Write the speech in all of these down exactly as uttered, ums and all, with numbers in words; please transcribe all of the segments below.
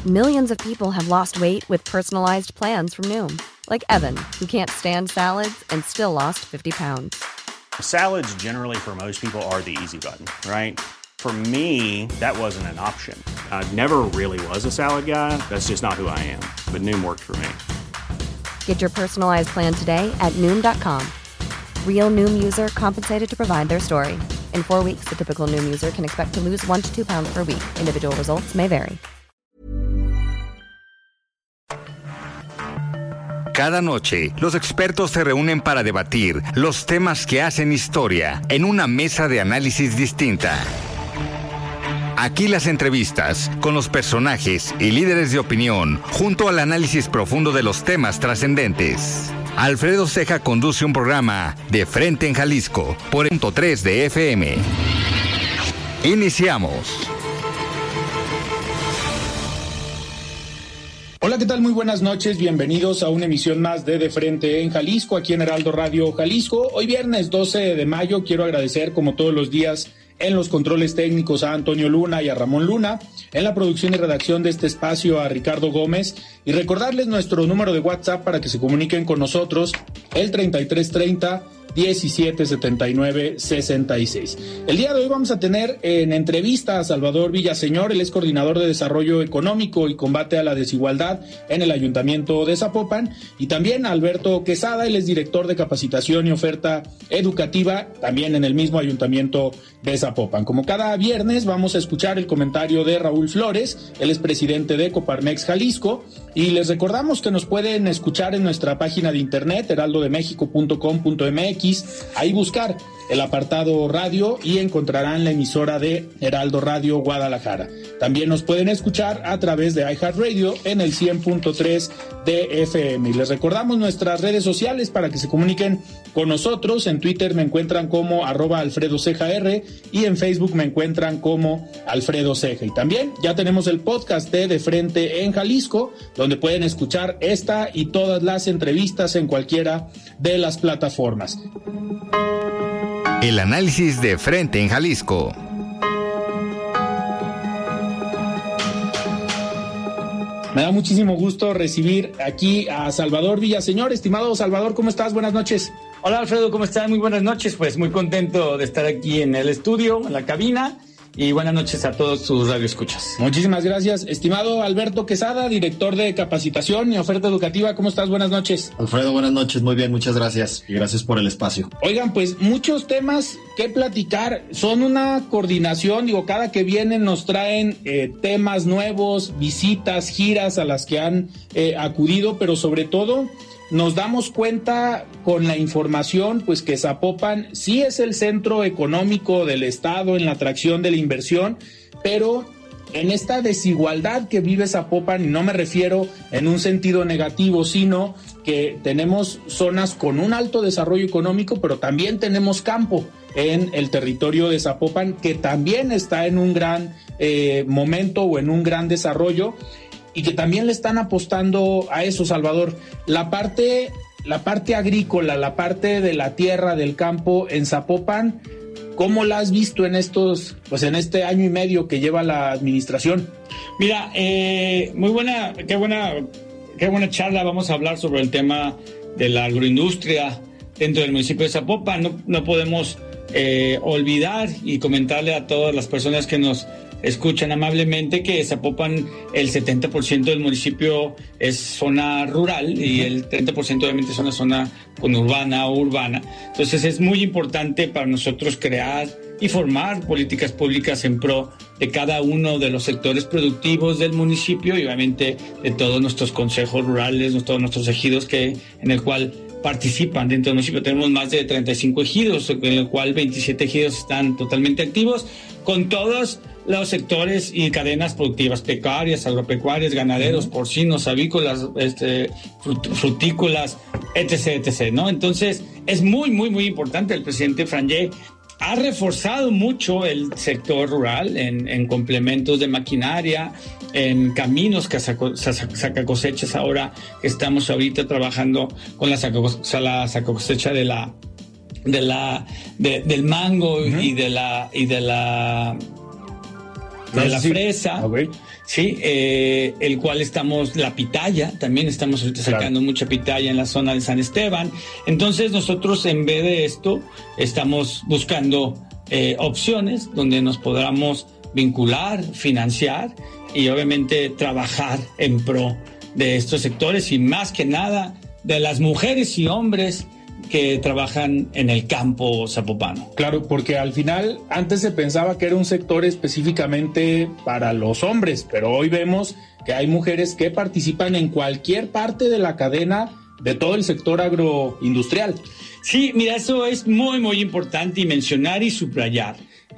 Millions of people have lost weight with personalized plans from Noom. Like Evan, who can't stand salads and still lost fifty pounds. Salads generally for most people are the easy button, right? For me, that wasn't an option. I never really was a salad guy. That's just not who I am. But Noom worked for me. Get your personalized plan today at Noom dot com. Real Noom user compensated to provide their story. In four weeks, the typical Noom user can expect to lose one to two pounds per week. Individual results may vary. Cada noche, los expertos se reúnen para debatir los temas que hacen historia en una mesa de análisis distinta. Aquí las entrevistas con los personajes y líderes de opinión, junto al análisis profundo de los temas trascendentes. Alfredo Ceja conduce un programa De Frente en Jalisco por el punto tres de F M. Iniciamos. Hola, ¿qué tal? Muy buenas noches, bienvenidos a una emisión más de De Frente en Jalisco, aquí en Heraldo Radio Jalisco. Hoy viernes doce de mayo, quiero agradecer como todos los días en los controles técnicos a Antonio Luna y a Ramón Luna, en la producción y redacción de este espacio a Ricardo Gómez, y recordarles nuestro número de WhatsApp para que se comuniquen con nosotros, el treinta y tres treinta, diecisiete setenta y nueve, sesenta y seis. El día de hoy vamos a tener en entrevista a Salvador Villaseñor, él es coordinador de Desarrollo Económico y Combate a la Desigualdad en el Ayuntamiento de Zapopan, y también a Alberto Quesada, él es director de Capacitación y Oferta Educativa, también en el mismo Ayuntamiento de Zapopan. Como cada viernes vamos a escuchar el comentario de Raúl Flores, él es presidente de Coparmex Jalisco, y les recordamos que nos pueden escuchar en nuestra página de internet, heraldo de méxico punto com punto m x, ahí buscar el apartado radio y encontrarán la emisora de Heraldo Radio Guadalajara. También nos pueden escuchar a través de iHeartRadio en el cien punto tres de F M. Y les recordamos nuestras redes sociales para que se comuniquen con nosotros. En Twitter me encuentran como arroba Alfredo Ceja R y en Facebook me encuentran como Alfredo Ceja. Y también ya tenemos el podcast de De Frente en Jalisco, donde pueden escuchar esta y todas las entrevistas en cualquiera de las plataformas. El análisis de Frente en Jalisco. Me da muchísimo gusto recibir aquí a Salvador Villaseñor. Estimado Salvador, ¿cómo estás? Buenas noches. Hola Alfredo, ¿cómo estás? Muy buenas noches. Pues muy contento de estar aquí en el estudio, en la cabina. Y buenas noches a todos tus radioescuchas. Muchísimas gracias. Estimado Alberto Quesada, director de Capacitación y Oferta Educativa, ¿cómo estás? Buenas noches. Alfredo, buenas noches. Muy bien, muchas gracias. Y gracias por el espacio. Oigan, pues muchos temas que platicar. Son una coordinación, digo, cada que vienen nos traen eh, temas nuevos, visitas, giras a las que han eh, acudido, pero sobre todo nos damos cuenta con la información, pues que Zapopan sí es el centro económico del estado en la atracción de la inversión, pero en esta desigualdad que vive Zapopan, y no me refiero en un sentido negativo, sino que tenemos zonas con un alto desarrollo económico, pero también tenemos campo en el territorio de Zapopan, que también está en un gran eh, momento o en un gran desarrollo, y que también le están apostando a eso, Salvador. La parte, la parte agrícola, la parte de la tierra, del campo en Zapopan, ¿cómo la has visto en estos, pues en este año y medio que lleva la administración? Mira, eh, muy buena, qué buena, qué buena charla. Vamos a hablar sobre el tema de la agroindustria dentro del municipio de Zapopan. No, no podemos eh, olvidar y comentarle a todas las personas que nos escuchan amablemente que Zapopan, el setenta por ciento del municipio es zona rural y el treinta por ciento obviamente es una zona conurbana o urbana. Entonces es muy importante para nosotros crear y formar políticas públicas en pro de cada uno de los sectores productivos del municipio y obviamente de todos nuestros consejos rurales, de todos nuestros ejidos que, en el cual participan dentro del municipio. Tenemos más de treinta y cinco ejidos, en el cual veintisiete ejidos están totalmente activos, con todos los sectores y cadenas productivas, pecuarias, agropecuarias, ganaderos, uh-huh. porcinos, avícolas, este, frut- frutícolas, etc, etc, ¿no? Entonces, es muy, muy, muy importante. El presidente Frangé ha reforzado mucho el sector rural en, en complementos de maquinaria, en caminos que saco, saca cosechas. Ahora que estamos ahorita trabajando con la saca, la saca cosecha de la, de la, de, del mango uh-huh. y de la, y de la, de la fresa, okay. Sí, eh, el cual estamos, la pitaya, también estamos ahorita sacando claro. mucha pitaya en la zona de San Esteban. Entonces nosotros en vez de esto estamos buscando eh, opciones donde nos podamos vincular, financiar y obviamente trabajar en pro de estos sectores y más que nada de las mujeres y hombres que trabajan en el campo zapopano. Claro, porque al final antes se pensaba que era un sector específicamente para los hombres, pero hoy vemos que hay mujeres que participan en cualquier parte de la cadena de todo el sector agroindustrial. Sí, mira, eso es muy, muy importante y mencionar y subrayar.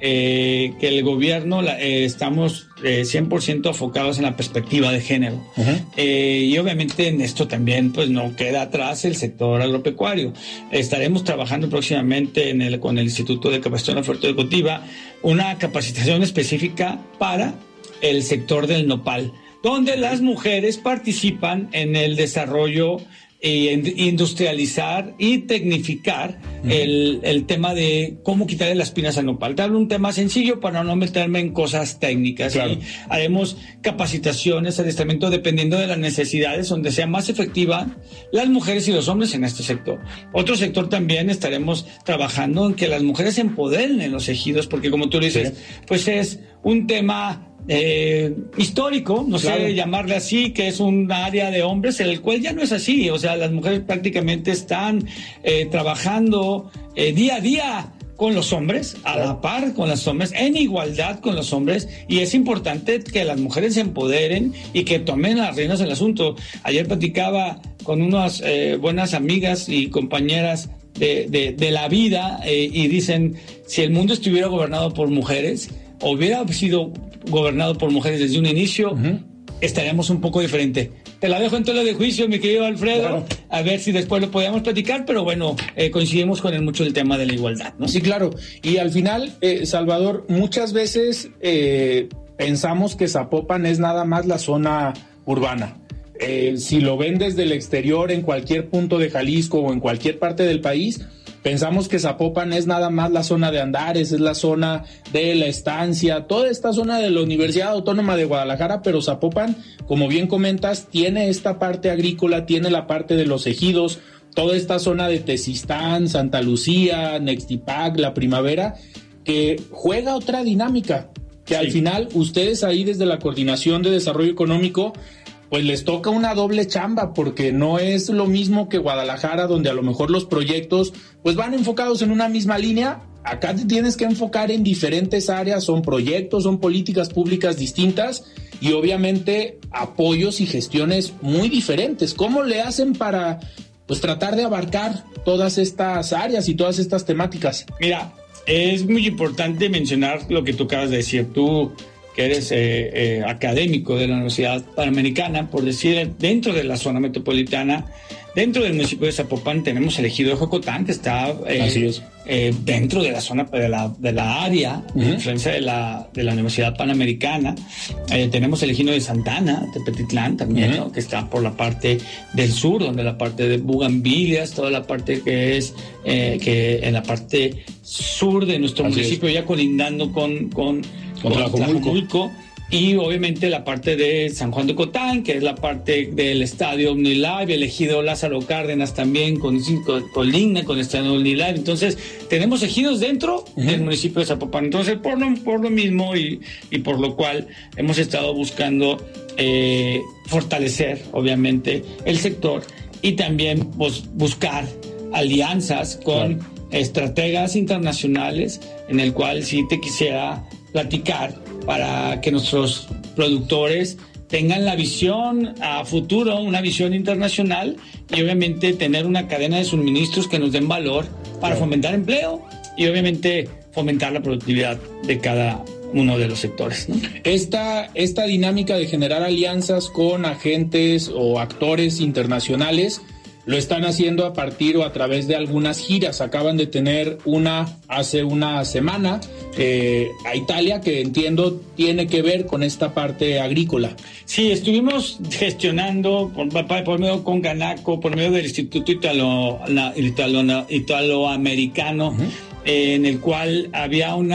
Eh, que el gobierno la, eh, estamos eh, cien por ciento enfocados en la perspectiva de género. Uh-huh. eh, y obviamente en esto también pues no queda atrás el sector agropecuario. Estaremos trabajando próximamente en el, con el Instituto de Capacitación y Oferta Educativa una capacitación específica para el sector del nopal, donde las mujeres participan en el desarrollo y industrializar y tecnificar uh-huh. el, el tema de cómo quitarle las espinas al nopal. Te hablo un tema sencillo para no meterme en cosas técnicas. Claro. Y haremos capacitaciones, adiestramiento, dependiendo de las necesidades, donde sea más efectiva las mujeres y los hombres en este sector. Otro sector también estaremos trabajando en que las mujeres se empoderen en los ejidos, porque como tú dices, sí. pues es un tema Eh, histórico, no claro. sé llamarle así, que es un área de hombres, en el cual ya no es así. O sea, las mujeres prácticamente están eh, trabajando eh, día a día con los hombres, a la par con los hombres, en igualdad con los hombres, y es importante que las mujeres se empoderen y que tomen las riendas del asunto. Ayer platicaba con unas eh, buenas amigas y compañeras de, de, de la vida eh, y dicen, si el mundo estuviera gobernado por mujeres, hubiera sido gobernado por mujeres desde un inicio, uh-huh. estaríamos un poco diferente. Te la dejo en tela de juicio, mi querido Alfredo, claro. a ver si después lo podíamos platicar, pero bueno, eh, coincidimos con él mucho el tema de la igualdad, ¿no? Sí, claro. Y al final, eh, Salvador, muchas veces eh, pensamos que Zapopan es nada más la zona urbana. Eh, si lo ven desde el exterior, en cualquier punto de Jalisco o en cualquier parte del país, pensamos que Zapopan es nada más la zona de Andares, es la zona de la estancia, toda esta zona de la Universidad Autónoma de Guadalajara, pero Zapopan, como bien comentas, tiene esta parte agrícola, tiene la parte de los ejidos, toda esta zona de Tezistán, Santa Lucía, Nextipac, La Primavera, que juega otra dinámica, que sí. al final ustedes ahí desde la Coordinación de Desarrollo Económico pues les toca una doble chamba, porque no es lo mismo que Guadalajara, donde a lo mejor los proyectos pues van enfocados en una misma línea. Acá te tienes que enfocar en diferentes áreas, son proyectos, son políticas públicas distintas y obviamente apoyos y gestiones muy diferentes. ¿Cómo le hacen para pues tratar de abarcar todas estas áreas y todas estas temáticas? Mira, es muy importante mencionar lo que tú acabas de decir. Tú que eres eh, eh, académico de la Universidad Panamericana, por decir, dentro de la zona metropolitana, dentro del municipio de Zapopan tenemos el ejido de Jocotán, que está eh, Así es. eh, dentro de la zona de la, de la área uh-huh. de influencia de la, de la Universidad Panamericana. Eh, tenemos el ejido de Santana, Tepetitlán también, uh-huh. ¿no? que está por la parte del sur, donde la parte de Bugambilias, toda la parte que es eh, que en la parte sur de nuestro Así municipio, es. ya colindando con, con Con Tlajomulco, y obviamente la parte de San Juan de Cotán, que es la parte del estadio OmniLive, el ejido Lázaro Cárdenas también con, con, con Ligna, con el estadio OmniLive. Entonces tenemos ejidos dentro uh-huh. del municipio de Zapopan. Entonces por lo, por lo mismo y, y por lo cual hemos estado buscando eh, fortalecer obviamente el sector y también pues, buscar alianzas con claro. estrategas internacionales, en el cual sí te quisiera platicar para que nuestros productores tengan la visión a futuro, una visión internacional y obviamente tener una cadena de suministros que nos den valor para fomentar empleo y obviamente fomentar la productividad de cada uno de los sectores, ¿no? Esta, esta dinámica de generar alianzas con agentes o actores internacionales lo están haciendo a partir o a través de algunas giras. Acaban de tener una hace una semana eh, a Italia, que entiendo tiene que ver con esta parte agrícola. Sí, estuvimos gestionando por, por medio con Ganaco, por medio del Instituto Italo, Italo, Italoamericano, uh-huh. eh, en el cual había una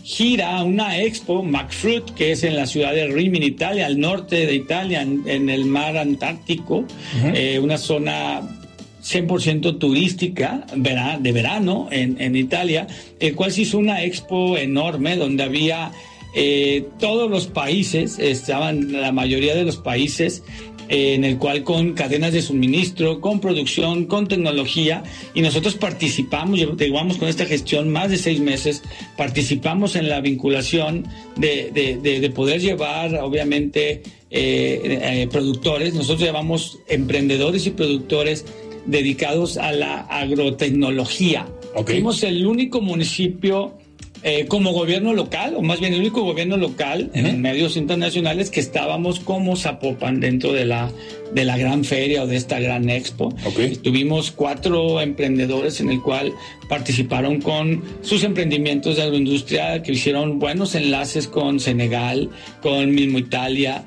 gira, una expo, McFruit, que es en la ciudad de Rimini, Italia, al norte de Italia, en, en el mar Antártico, uh-huh. eh, una zona cien por ciento turística de verano en, en Italia, el cual se hizo una expo enorme donde había eh, todos los países, estaban la mayoría de los países, eh, en el cual con cadenas de suministro, con producción, con tecnología, y nosotros participamos, llevamos con esta gestión más de seis meses, participamos en la vinculación de, de, de, de poder llevar, obviamente, eh, eh, productores, nosotros llevamos emprendedores y productores dedicados a la agrotecnología. Okay. Fuimos el único municipio eh, como gobierno local, o más bien el único gobierno local uh-huh. en medios internacionales que estábamos como Zapopan dentro de la, de la gran feria o de esta gran expo. Okay. Tuvimos cuatro emprendedores en el cual participaron con sus emprendimientos de agroindustria, que hicieron buenos enlaces con Senegal, con mismo Italia,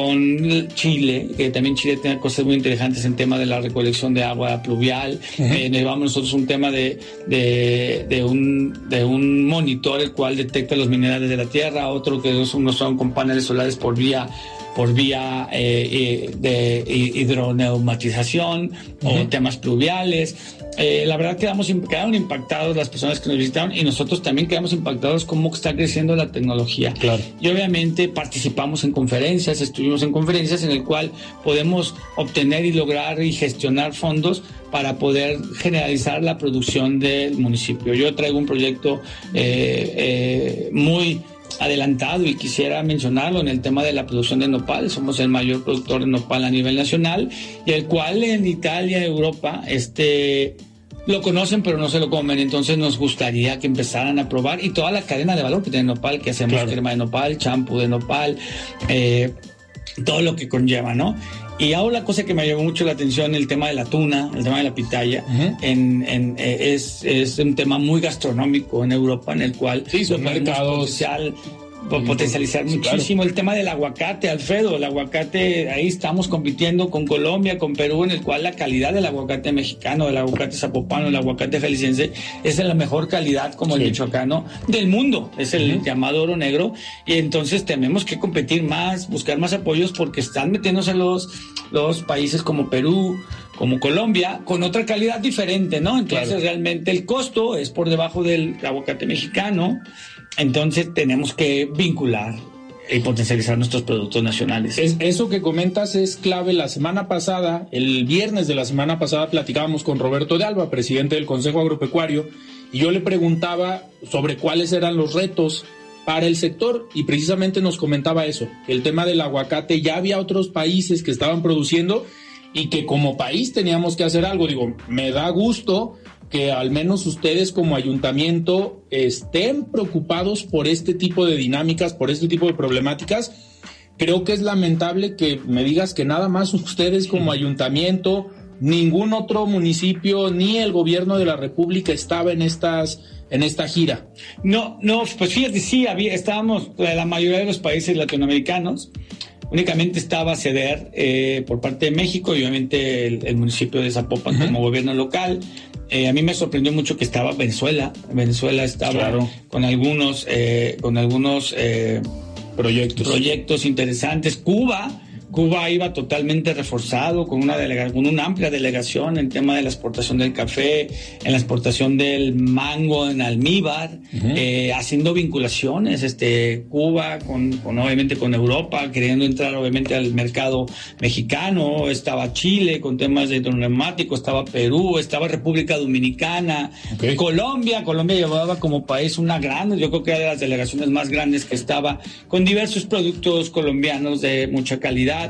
con Chile, que también Chile tiene cosas muy interesantes en tema de la recolección de agua pluvial. Uh-huh. Eh, llevamos nosotros un tema de, de, de, un, de un monitor el cual detecta los minerales de la tierra, otro que son, son con paneles solares por vía por vía eh, de hidroneumatización uh-huh. o temas pluviales. Eh, la verdad quedamos, quedaron impactados las personas que nos visitaron y nosotros también quedamos impactados cómo está creciendo la tecnología. Claro. Y obviamente participamos en conferencias, estuvimos en conferencias en el cual podemos obtener y lograr y gestionar fondos para poder generalizar la producción del municipio. Yo traigo un proyecto eh, eh, muy adelantado y quisiera mencionarlo en el tema de la producción de nopal. Somos el mayor productor de nopal a nivel nacional y el cual en Italia, Europa, este lo conocen pero no se lo comen, entonces nos gustaría que empezaran a probar, y toda la cadena de valor que tiene nopal, que hacemos claro. crema de nopal, champú de nopal, eh, todo lo que conlleva, ¿no? Y ahora la cosa que me llamó mucho la atención, el tema de la tuna, el tema de la pitaya, uh-huh. en, en, eh, es, es un tema muy gastronómico en Europa, en el cual sí, son mercados potencial, potencializar sí, muchísimo. Claro. El tema del aguacate, Alfredo, el aguacate, ahí estamos compitiendo con Colombia, con Perú, en el cual la calidad del aguacate mexicano, del aguacate zapopano, el aguacate jalisciense, es de la mejor calidad, como sí. el michoacano, del mundo, es el uh-huh. llamado oro negro, y entonces tenemos que competir más, buscar más apoyos, porque están metiéndose los, los países como Perú, como Colombia, con otra calidad diferente, ¿no? Entonces claro. realmente el costo es por debajo del aguacate mexicano. Entonces tenemos que vincular y potencializar nuestros productos nacionales. Es, eso que comentas es clave. La semana pasada, el viernes de la semana pasada, platicábamos con Roberto de Alba, presidente del Consejo Agropecuario, y yo le preguntaba sobre cuáles eran los retos para el sector, y precisamente nos comentaba eso, que el tema del aguacate, ya había otros países que estaban produciendo y que como país teníamos que hacer algo. Digo, me da gusto que al menos ustedes como ayuntamiento estén preocupados por este tipo de dinámicas, por este tipo de problemáticas. Creo que es lamentable que me digas que nada más ustedes como ayuntamiento, ningún otro municipio ni el gobierno de la República estaba en estas en esta gira. No, no, pues fíjate, sí, había, estábamos la mayoría de los países latinoamericanos. Únicamente estaba CEDER eh, por parte de México y obviamente el, el municipio de Zapopan uh-huh. como gobierno local. Eh, a mí me sorprendió mucho que estaba Venezuela. Venezuela estaba claro. con algunos, eh, con algunos eh, proyectos. proyectos interesantes. Cuba. Cuba iba totalmente reforzado con una delega- con una amplia delegación en tema de la exportación del café, en la exportación del mango en almíbar, uh-huh. eh, haciendo vinculaciones, este Cuba con, con obviamente con Europa, queriendo entrar obviamente al mercado mexicano. Estaba Chile con temas de hidroneumático, estaba Perú, estaba República Dominicana, okay. Colombia, Colombia llevaba como país una gran, yo creo que era de las delegaciones más grandes que estaba, con diversos productos colombianos de mucha calidad.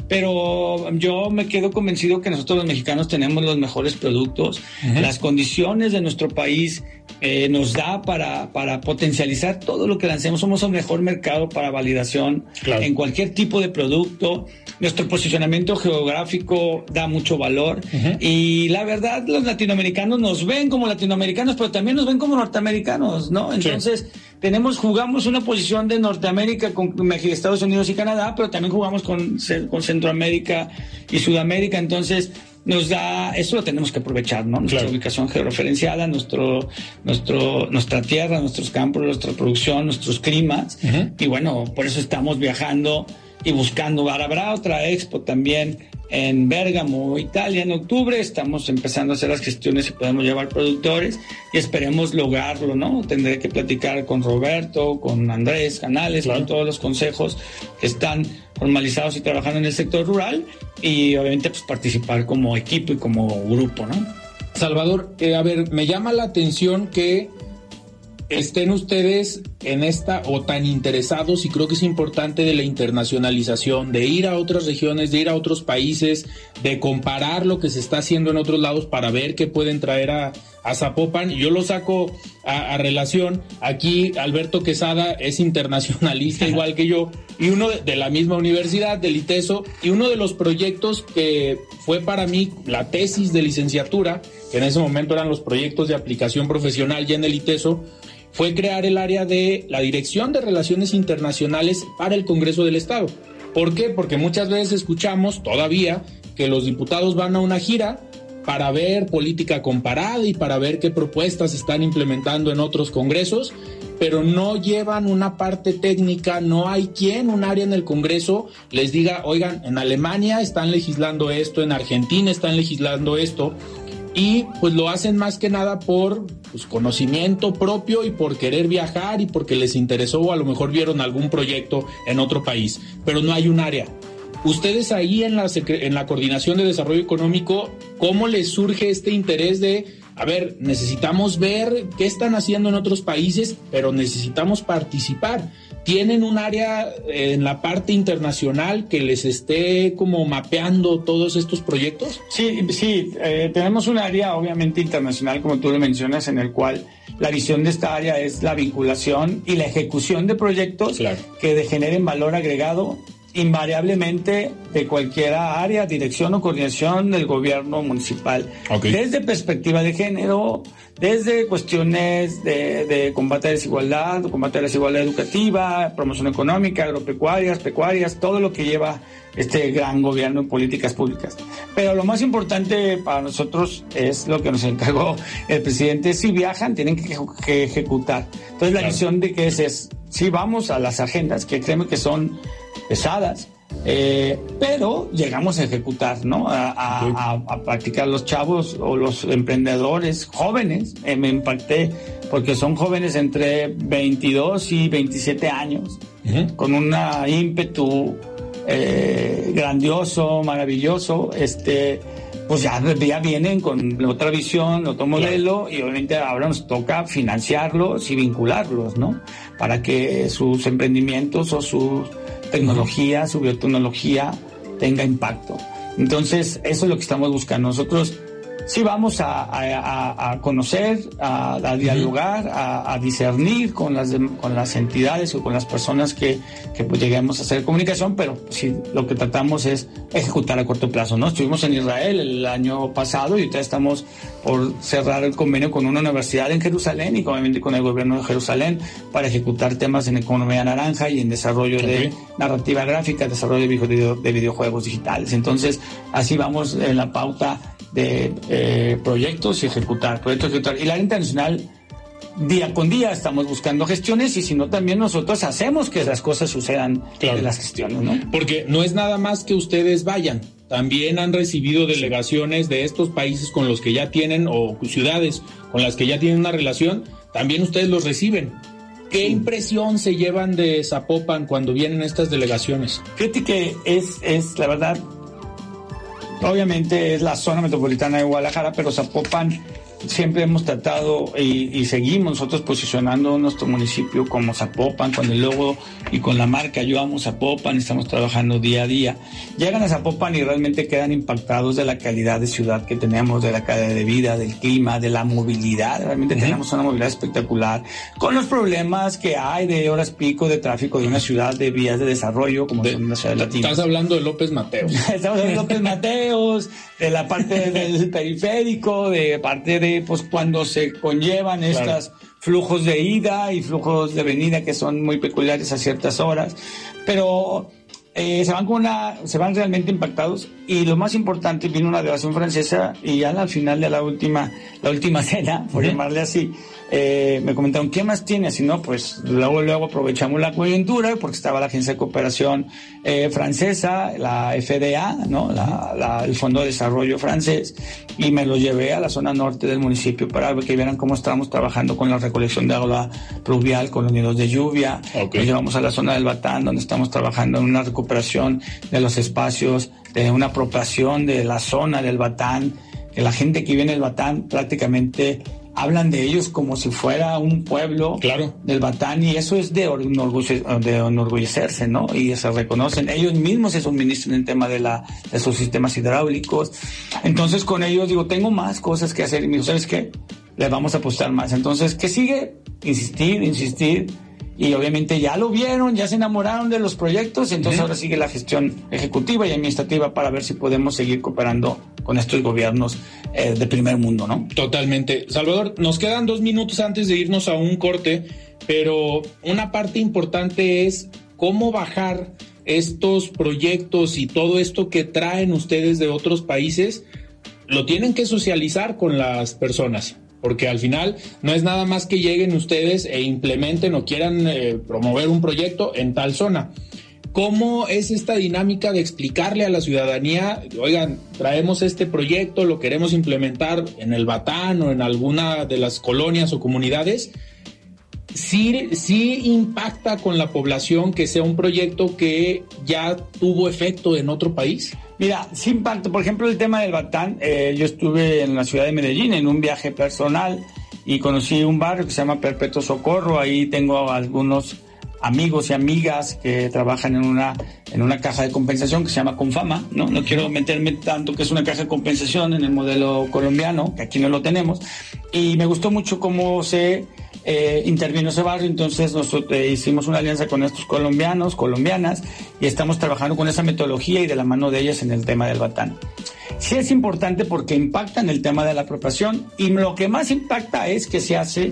Pero yo me quedo convencido que nosotros los mexicanos tenemos los mejores productos. Uh-huh. Las condiciones de nuestro país eh, nos da para, para potencializar todo lo que lancemos. Somos el mejor mercado para validación claro. en cualquier tipo de producto. Nuestro posicionamiento geográfico da mucho valor. Uh-huh. Y la verdad, los latinoamericanos nos ven como latinoamericanos, pero también nos ven como norteamericanos, ¿no? Entonces, sí. tenemos, jugamos una posición de Norteamérica con Estados Unidos y Canadá, pero también jugamos con, con Centroamérica y Sudamérica. Entonces, nos da, eso lo tenemos que aprovechar, ¿no? Nuestra claro. ubicación georreferenciada, nuestro, nuestro, nuestra tierra, nuestros campos, nuestra producción, nuestros climas. Uh-huh. Y bueno, por eso estamos viajando y buscando. Habrá otra expo también en Bérgamo, Italia, en octubre. Estamos empezando a hacer las gestiones y podemos llevar productores y esperemos lograrlo, ¿no? Tendré que platicar con Roberto, con Andrés Canales, claro. con todos los consejos que están formalizados y trabajando en el sector rural y obviamente pues participar como equipo y como grupo, ¿no? Salvador, eh, a ver, me llama la atención que estén ustedes en esta o tan interesados, y creo que es importante, de la internacionalización, de ir a otras regiones, de ir a otros países, de comparar lo que se está haciendo en otros lados para ver qué pueden traer a, a Zapopan. Yo lo saco a, a relación. Aquí Alberto Quesada es internacionalista igual que yo, y uno de, de la misma universidad, del ITESO, y uno de los proyectos que fue para mí la tesis de licenciatura, que en ese momento eran los proyectos de aplicación profesional ya en el ITESO, fue crear el área de la Dirección de Relaciones Internacionales para el Congreso del Estado. ¿Por qué? Porque muchas veces escuchamos todavía que los diputados van a una gira para ver política comparada y para ver qué propuestas están implementando en otros congresos, pero no llevan una parte técnica. No hay quien, un área en el Congreso, les diga, oigan, en Alemania están legislando esto, en Argentina están legislando esto, y pues lo hacen más que nada por pues, conocimiento propio y por querer viajar y porque les interesó, o a lo mejor vieron algún proyecto en otro país, pero no hay un área. Ustedes ahí en la, en la Coordinación de Desarrollo Económico, ¿cómo les surge este interés de, a ver, necesitamos ver qué están haciendo en otros países, pero necesitamos participar? ¿Tienen un área en la parte internacional que les esté como mapeando todos estos proyectos? Sí, sí, eh, tenemos un área obviamente internacional, como tú lo mencionas, en el cual la visión de esta área es la vinculación y la ejecución de proyectos claro. que generen valor agregado invariablemente de cualquier área, dirección o coordinación del gobierno municipal. Okay. Desde perspectiva de género, desde cuestiones de, de combate a la desigualdad, combate a la desigualdad educativa, promoción económica, agropecuarias, pecuarias, todo lo que lleva este gran gobierno en políticas públicas. Pero lo más importante para nosotros es lo que nos encargó el presidente: si viajan, tienen que, que ejecutar. Entonces la claro. visión de que es, es, si vamos a las agendas, que créeme que son pesadas, eh, pero llegamos a ejecutar, ¿no? A, a, sí. a, a practicar. Los chavos o los emprendedores jóvenes, eh, me impacté porque son jóvenes entre veintidós y veintisiete años, uh-huh. con un ímpetu eh, grandioso, maravilloso, este, pues ya, ya vienen con otra visión, otro modelo, claro. y obviamente ahora nos toca financiarlos y vincularlos, ¿no? Para que sus emprendimientos o sus tecnología, su biotecnología tenga impacto. Entonces, eso es lo que estamos buscando. Nosotros sí vamos a, a, a conocer, a, a dialogar, a, a discernir con las, con las entidades o con las personas que, que pues lleguemos a hacer comunicación, pero sí lo que tratamos es ejecutar a corto plazo, ¿no? Estuvimos en Israel el año pasado y ahorita estamos por cerrar el convenio con una universidad en Jerusalén y obviamente con el gobierno de Jerusalén para ejecutar temas en economía naranja y en desarrollo okay. de narrativa gráfica, desarrollo de, video, de videojuegos digitales. Entonces, así vamos en la pauta de eh, proyectos y ejecutar, proyectos y ejecutar. Y la área internacional, día con día estamos buscando gestiones, y si no, también nosotros hacemos que las cosas sucedan claro. en las gestiones, ¿no? Porque no es nada más que ustedes vayan, también han recibido delegaciones sí. de estos países con los que ya tienen, o ciudades con las que ya tienen una relación, también ustedes los reciben. ¿Qué sí. impresión se llevan de Zapopan cuando vienen estas delegaciones? Fíjate que es, es la verdad, obviamente es la zona metropolitana de Guadalajara, pero Zapopan siempre hemos tratado y, y seguimos nosotros posicionando nuestro municipio como Zapopan, con el logo y con la marca Yo Amo Zapopan. Estamos trabajando día a día. Llegan a Zapopan y realmente quedan impactados de la calidad de ciudad que tenemos, de la calidad de vida, del clima, de la movilidad. Realmente uh-huh. tenemos una movilidad espectacular, con los problemas que hay de horas pico de tráfico de una ciudad de vías de desarrollo como de, son las ciudades latinas. Estás hablando de López Mateos. Estamos hablando de López Mateos, de la parte del periférico, de parte de pues cuando se conllevan claro. estos flujos de ida y flujos de venida que son muy peculiares a ciertas horas, pero Eh, se van con una, se van realmente impactados, y lo más importante, vino una delegación francesa y ya al final de la última, la última cena, por uh-huh. llamarle así, eh, me comentaron, ¿qué más tiene? Si no, pues luego, luego aprovechamos la coyuntura, porque estaba la Agencia de Cooperación eh, francesa, la F D A, ¿no? La, la, el Fondo de Desarrollo francés, y me lo llevé a la zona norte del municipio para que vieran cómo estábamos trabajando con la recolección de agua pluvial, con los nidos de lluvia. Okay. Nos llevamos a la zona del Batán, donde estamos trabajando en una recuperación de los espacios, de una apropiación de la zona del Batán, que la gente que vive en el Batán prácticamente hablan de ellos como si fuera un pueblo claro. del Batán, y eso es de, enorgulle, de enorgullecerse, ¿no? Y se reconocen, ellos mismos se suministran en el tema de, la, de sus sistemas hidráulicos. Entonces con ellos digo, tengo más cosas que hacer, y me digo, ¿sabes qué? Les vamos a apostar más. Entonces, ¿qué sigue? Insistir, insistir, y obviamente ya lo vieron, ya se enamoraron de los proyectos, entonces ¿sí? ahora sigue la gestión ejecutiva y administrativa para ver si podemos seguir cooperando con estos gobiernos eh, de primer mundo, ¿no? Totalmente. Salvador, nos quedan dos minutos antes de irnos a un corte, pero una parte importante es cómo bajar estos proyectos y todo esto que traen ustedes de otros países, lo tienen que socializar con las personas. Porque al final no es nada más que lleguen ustedes e implementen o quieran eh, promover un proyecto en tal zona. ¿Cómo es esta dinámica de explicarle a la ciudadanía, oigan, traemos este proyecto, lo queremos implementar en el Batán o en alguna de las colonias o comunidades? ¿Sí, sí impacta con la población que sea un proyecto que ya tuvo efecto en otro país? Mira, sí impacta. Por ejemplo, el tema del Batán, eh, yo estuve en la ciudad de Medellín en un viaje personal y conocí un barrio que se llama Perpetuo Socorro. Ahí tengo algunos amigos y amigas que trabajan en una en una caja de compensación que se llama Confama, ¿no? No quiero meterme tanto que es una caja de compensación en el modelo colombiano, que aquí no lo tenemos, y me gustó mucho cómo se eh, intervino ese barrio. Entonces nosotros eh, hicimos una alianza con estos colombianos, colombianas, y estamos trabajando con esa metodología y de la mano de ellas en el tema del Batán. Sí es importante porque impacta en el tema de la apropiación, y lo que más impacta es que se hace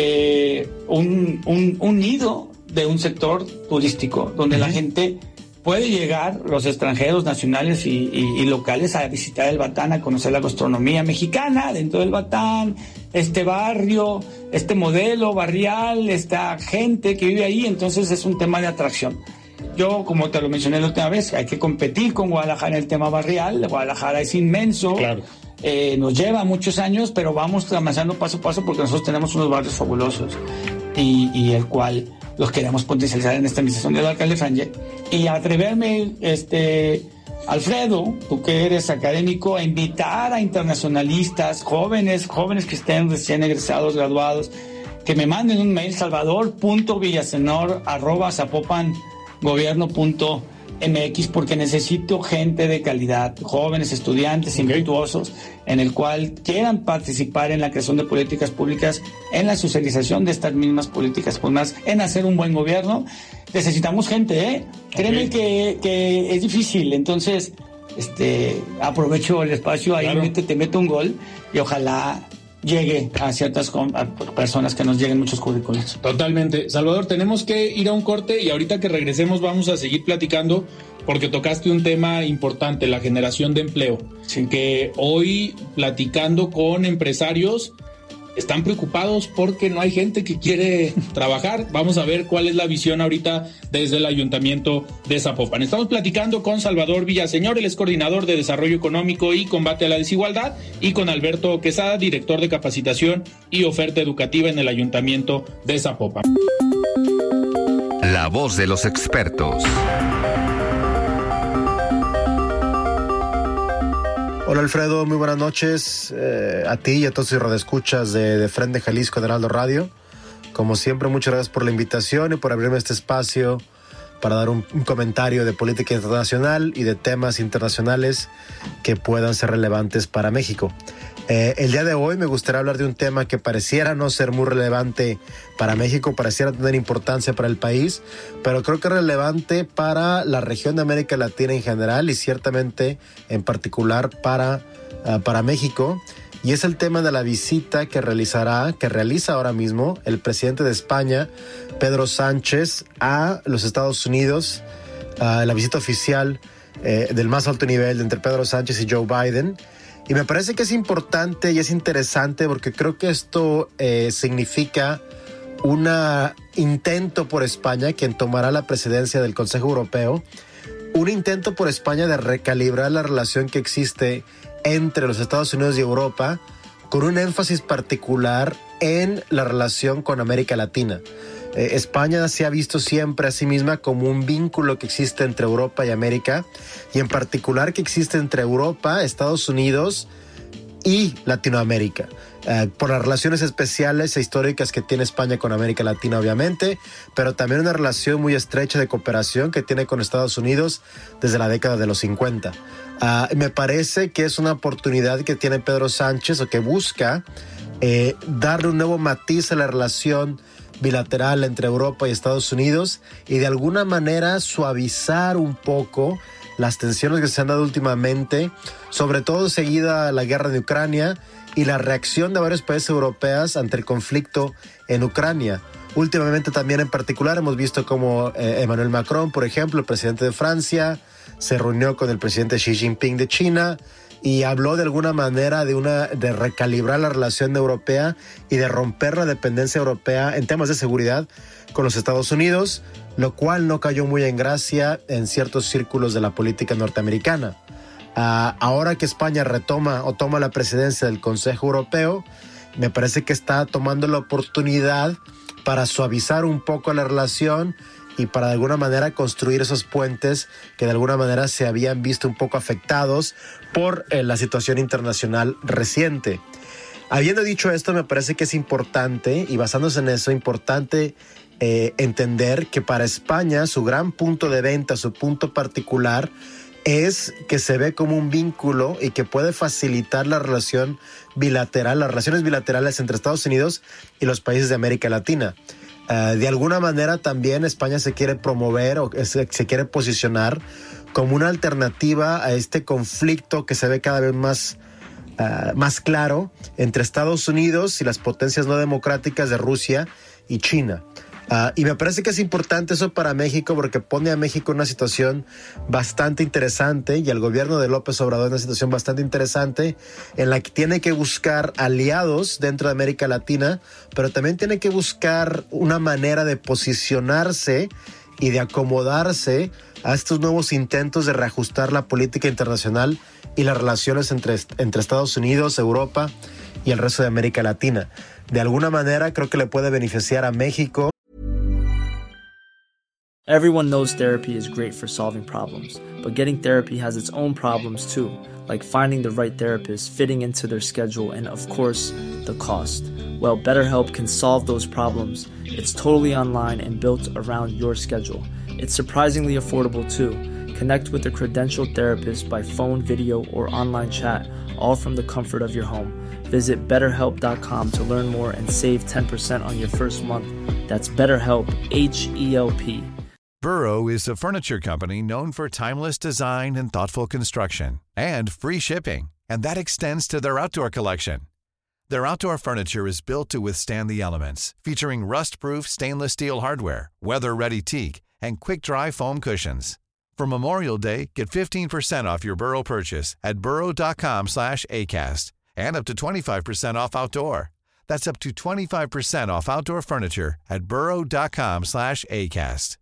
eh, un, un, un nido de un sector turístico donde uh-huh. la gente puede llegar, los extranjeros nacionales y, y, y locales, a visitar el Batán, a conocer la gastronomía mexicana dentro del Batán, este barrio, este modelo barrial, esta gente que vive ahí. Entonces es un tema de atracción. Yo, como te lo mencioné la última vez, hay que competir con Guadalajara en el tema barrial. Guadalajara es inmenso, claro. eh, nos lleva muchos años, pero vamos avanzando paso a paso porque nosotros tenemos unos barrios fabulosos y, y el cual los queremos potencializar en esta administración del alcalde Franje. Y atreverme, este, Alfredo, tú que eres académico, a invitar a internacionalistas, jóvenes, jóvenes que estén recién egresados, graduados, que me manden un mail, salvador punto villasenor arroba zapopan gobierno punto m x, porque necesito gente de calidad, jóvenes, estudiantes, impetuosos, en el cual quieran participar en la creación de políticas públicas, en la socialización de estas mismas políticas públicas, en hacer un buen gobierno. Necesitamos gente, ¿eh? Créeme okay. que, que es difícil. Entonces, este, aprovecho el espacio, ahí claro. te, te meto un gol y ojalá llegue a ciertas a personas que nos lleguen muchos currículos. Totalmente. Salvador, tenemos que ir a un corte y ahorita que regresemos vamos a seguir platicando porque tocaste un tema importante, la generación de empleo. Sí. Que hoy, platicando con empresarios, están preocupados porque no hay gente que quiere trabajar. Vamos a ver cuál es la visión ahorita desde el Ayuntamiento de Zapopan. Estamos platicando con Salvador Villaseñor, él es coordinador de Desarrollo Económico y Combate a la Desigualdad, y con Alberto Quesada, director de Capacitación y Oferta Educativa en el Ayuntamiento de Zapopan. La voz de los expertos. Hola Alfredo, muy buenas noches eh, a ti y a todos los radioescuchas de, de Frente Jalisco de Heraldo Radio. Como siempre, muchas gracias por la invitación y por abrirme este espacio para dar un, un comentario de política internacional y de temas internacionales que puedan ser relevantes para México. Eh, el día de hoy me gustaría hablar de un tema que pareciera no ser muy relevante para México, pareciera tener importancia para el país, pero creo que es relevante para la región de América Latina en general y ciertamente en particular para, uh, para México, y es el tema de la visita que realizará, que realiza ahora mismo el presidente de España, Pedro Sánchez, a los Estados Unidos uh, la visita oficial eh, del más alto nivel entre Pedro Sánchez y Joe Biden. Y me parece que es importante y es interesante porque creo que esto eh, significa un intento por España, quien tomará la presidencia del Consejo Europeo, un intento por España de recalibrar la relación que existe entre los Estados Unidos y Europa, con un énfasis particular en la relación con América Latina. Eh, España se ha visto siempre a sí misma como un vínculo que existe entre Europa y América, y en particular que existe entre Europa, Estados Unidos y Latinoamérica, eh, por las relaciones especiales e históricas que tiene España con América Latina, obviamente, pero también una relación muy estrecha de cooperación que tiene con Estados Unidos desde la década de los cincuenta. Uh, me parece que es una oportunidad que tiene Pedro Sánchez, o que busca eh, darle un nuevo matiz a la relación bilateral entre Europa y Estados Unidos, y de alguna manera suavizar un poco las tensiones que se han dado últimamente, sobre todo seguida la guerra de Ucrania y la reacción de varios países europeos ante el conflicto en Ucrania. Últimamente también, en particular, hemos visto como eh, Emmanuel Macron, por ejemplo, el presidente de Francia, se reunió con el presidente Xi Jinping de China y habló de alguna manera de, una, de recalibrar la relación europea y de romper la dependencia europea en temas de seguridad con los Estados Unidos, lo cual no cayó muy en gracia en ciertos círculos de la política norteamericana. Uh, ahora que España retoma o toma la presidencia del Consejo Europeo, me parece que está tomando la oportunidad para suavizar un poco la relación y para de alguna manera construir esos puentes que de alguna manera se habían visto un poco afectados por eh, la situación internacional reciente. Habiendo dicho esto, me parece que es importante, y basándose en eso, importante eh, entender que para España su gran punto de venta, su punto particular, es que se ve como un vínculo y que puede facilitar la relación bilateral, las relaciones bilaterales entre Estados Unidos y los países de América Latina. Uh, de alguna manera también España se quiere promover o se, se quiere posicionar como una alternativa a este conflicto que se ve cada vez más, uh, más claro entre Estados Unidos y las potencias no democráticas de Rusia y China. Uh, y me parece que es importante eso para México, porque pone a México en una situación bastante interesante, y al gobierno de López Obrador en una situación bastante interesante en la que tiene que buscar aliados dentro de América Latina, pero también tiene que buscar una manera de posicionarse y de acomodarse a estos nuevos intentos de reajustar la política internacional y las relaciones entre, entre Estados Unidos, Europa y el resto de América Latina. De alguna manera creo que le puede beneficiar a México. Everyone knows therapy is great for solving problems, but getting therapy has its own problems too, like finding the right therapist, fitting into their schedule, and of course, the cost. Well, BetterHelp can solve those problems. It's totally online and built around your schedule. It's surprisingly affordable too. Connect with a credentialed therapist by phone, video, or online chat, all from the comfort of your home. Visit better help dot com to learn more and save ten percent on your first month. That's BetterHelp, H E L P. Burrow is a furniture company known for timeless design and thoughtful construction, and free shipping, and that extends to their outdoor collection. Their outdoor furniture is built to withstand the elements, featuring rust-proof stainless steel hardware, weather-ready teak, and quick-dry foam cushions. For Memorial Day, get fifteen percent off your Burrow purchase at burrow dot com slash acast, and up to twenty-five percent off outdoor. That's up to twenty-five percent off outdoor furniture at burrow dot com slash acast.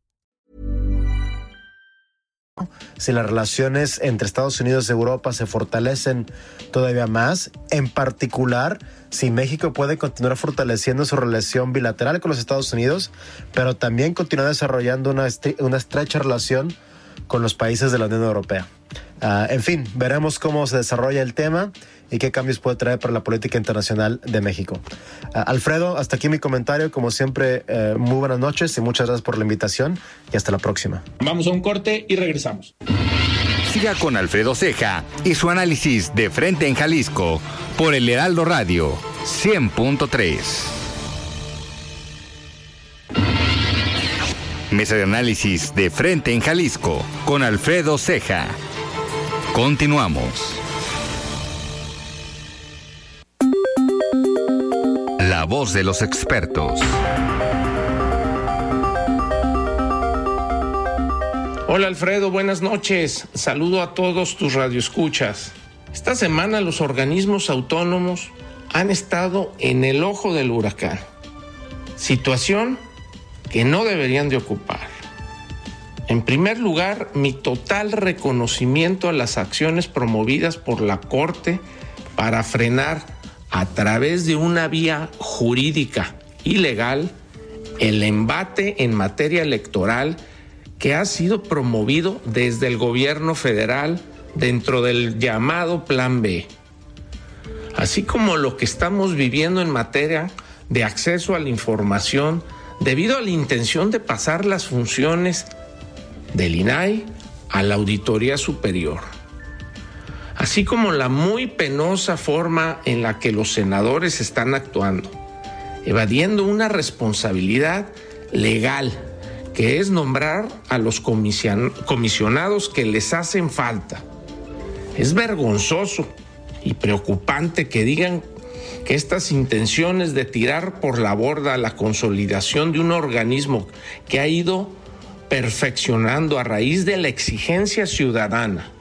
Si las relaciones entre Estados Unidos y Europa se fortalecen todavía más, en particular si México puede continuar fortaleciendo su relación bilateral con los Estados Unidos, pero también continuar desarrollando una, estre- una estrecha relación con los países de la Unión Europea. Uh, en fin, veremos cómo se desarrolla el tema y qué cambios puede traer para la política internacional de México. Uh, Alfredo, hasta aquí mi comentario. Como siempre, uh, muy buenas noches y muchas gracias por la invitación, y hasta la próxima. Vamos a un corte y regresamos. Siga con Alfredo Ceja y su análisis de Frente en Jalisco por el Heraldo Radio cien punto tres. Mesa de análisis de Frente en Jalisco con Alfredo Ceja. Continuamos. La voz de los expertos. Hola Alfredo, buenas noches. Saludo a todos tus radioescuchas. Esta semana los organismos autónomos han estado en el ojo del huracán. Situación que no deberían de ocupar. En primer lugar, mi total reconocimiento a las acciones promovidas por la Corte para frenar a través de una vía jurídica y legal el embate en materia electoral que ha sido promovido desde el gobierno federal dentro del llamado Plan B, así como lo que estamos viviendo en materia de acceso a la información debido a la intención de pasar las funciones del I N A I a la Auditoría Superior, así como la muy penosa forma en la que los senadores están actuando, evadiendo una responsabilidad legal que es nombrar a los comision- comisionados que les hacen falta. Es vergonzoso y preocupante que digan que estas intenciones de tirar por la borda la consolidación de un organismo que ha ido perfeccionando a raíz de la exigencia ciudadana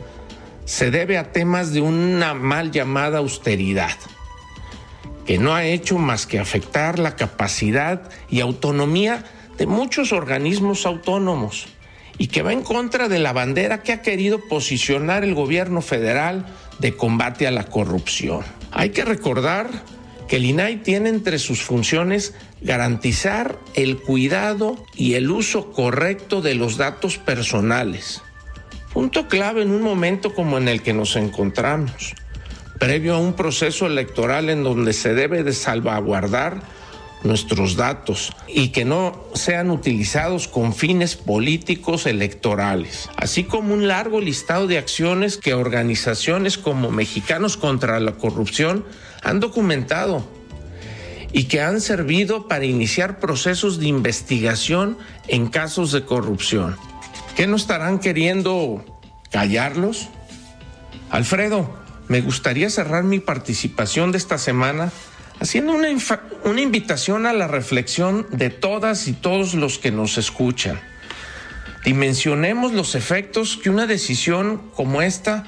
se debe a temas de una mal llamada austeridad, que no ha hecho más que afectar la capacidad y autonomía de muchos organismos autónomos y que va en contra de la bandera que ha querido posicionar el gobierno federal de combate a la corrupción. Hay que recordar que el I N A I tiene entre sus funciones garantizar el cuidado y el uso correcto de los datos personales, punto clave en un momento como en el que nos encontramos, previo a un proceso electoral en donde se debe de salvaguardar nuestros datos y que no sean utilizados con fines políticos electorales, así como un largo listado de acciones que organizaciones como Mexicanos contra la Corrupción han documentado y que han servido para iniciar procesos de investigación en casos de corrupción. ¿Qué no estarán queriendo callarlos? Alfredo, me gustaría cerrar mi participación de esta semana haciendo una, infa- una invitación a la reflexión de todas y todos los que nos escuchan. Dimensionemos los efectos que una decisión como esta,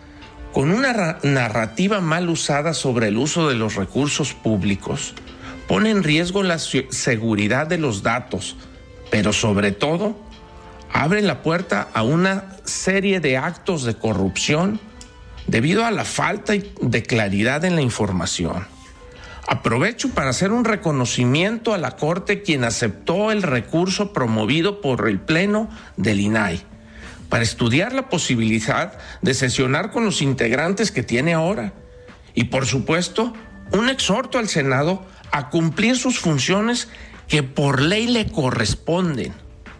con una ra- narrativa mal usada sobre el uso de los recursos públicos, pone en riesgo la su- seguridad de los datos, pero sobre todo, abre la puerta a una serie de actos de corrupción debido a la falta de claridad en la información. Aprovecho para hacer un reconocimiento a la Corte, quien aceptó el recurso promovido por el Pleno del I N A I para estudiar la posibilidad de sesionar con los integrantes que tiene ahora. Y por supuesto, un exhorto al Senado a cumplir sus funciones que por ley le corresponden.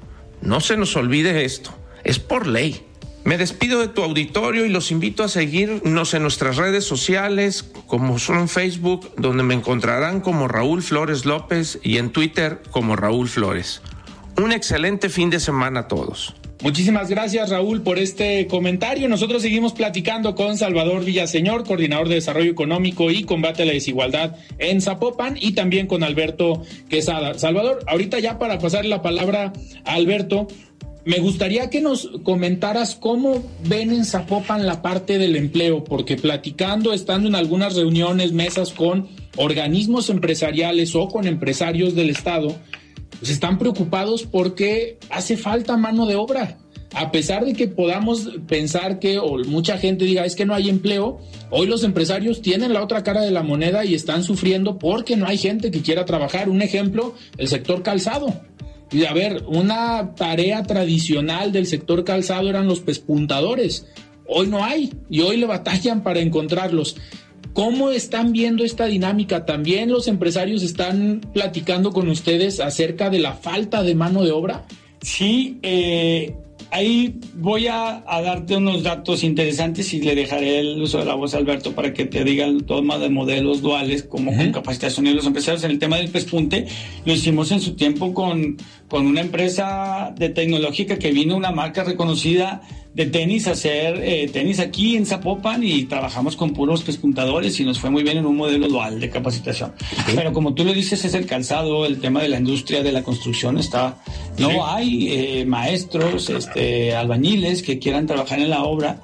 No se nos olvide esto, es por ley. Me despido de tu auditorio y los invito a seguirnos en nuestras redes sociales, como son Facebook, donde me encontrarán como Raúl Flores López, y en Twitter como Raúl Flores. Un excelente fin de semana a todos. Muchísimas gracias, Raúl, por este comentario. Nosotros seguimos platicando con Salvador Villaseñor, coordinador de Desarrollo Económico y Combate a la Desigualdad en Zapopan, y también con Alberto Quesada. Salvador, ahorita ya para pasar la palabra a Alberto, me gustaría que nos comentaras cómo ven en Zapopan la parte del empleo, porque platicando, estando en algunas reuniones, mesas con organismos empresariales o con empresarios del Estado, pues están preocupados porque hace falta mano de obra. A pesar de que podamos pensar que, o mucha gente diga, es que no hay empleo, hoy los empresarios tienen la otra cara de la moneda y están sufriendo porque no hay gente que quiera trabajar. Un ejemplo, el sector calzado. Y a ver, una tarea tradicional del sector calzado eran los pespuntadores. Hoy no hay, y hoy le batallan para encontrarlos. ¿Cómo están viendo esta dinámica? ¿También los empresarios están platicando con ustedes acerca de la falta de mano de obra? Sí, eh, ahí voy a, a darte unos datos interesantes y le dejaré el uso de la voz a Alberto para que te diga el toma de modelos duales como uh-huh. con capacitación de los empresarios. En el tema del pespunte lo hicimos en su tiempo con, con una empresa de tecnológica que vino, una marca reconocida de tenis a hacer eh, tenis aquí en Zapopan y trabajamos con puros pespuntadores y nos fue muy bien en un modelo dual de capacitación. Okay. Pero como tú lo dices, es el calzado, el tema de la industria de la construcción está... No sí. hay eh, maestros, este, albañiles que quieran trabajar en la obra.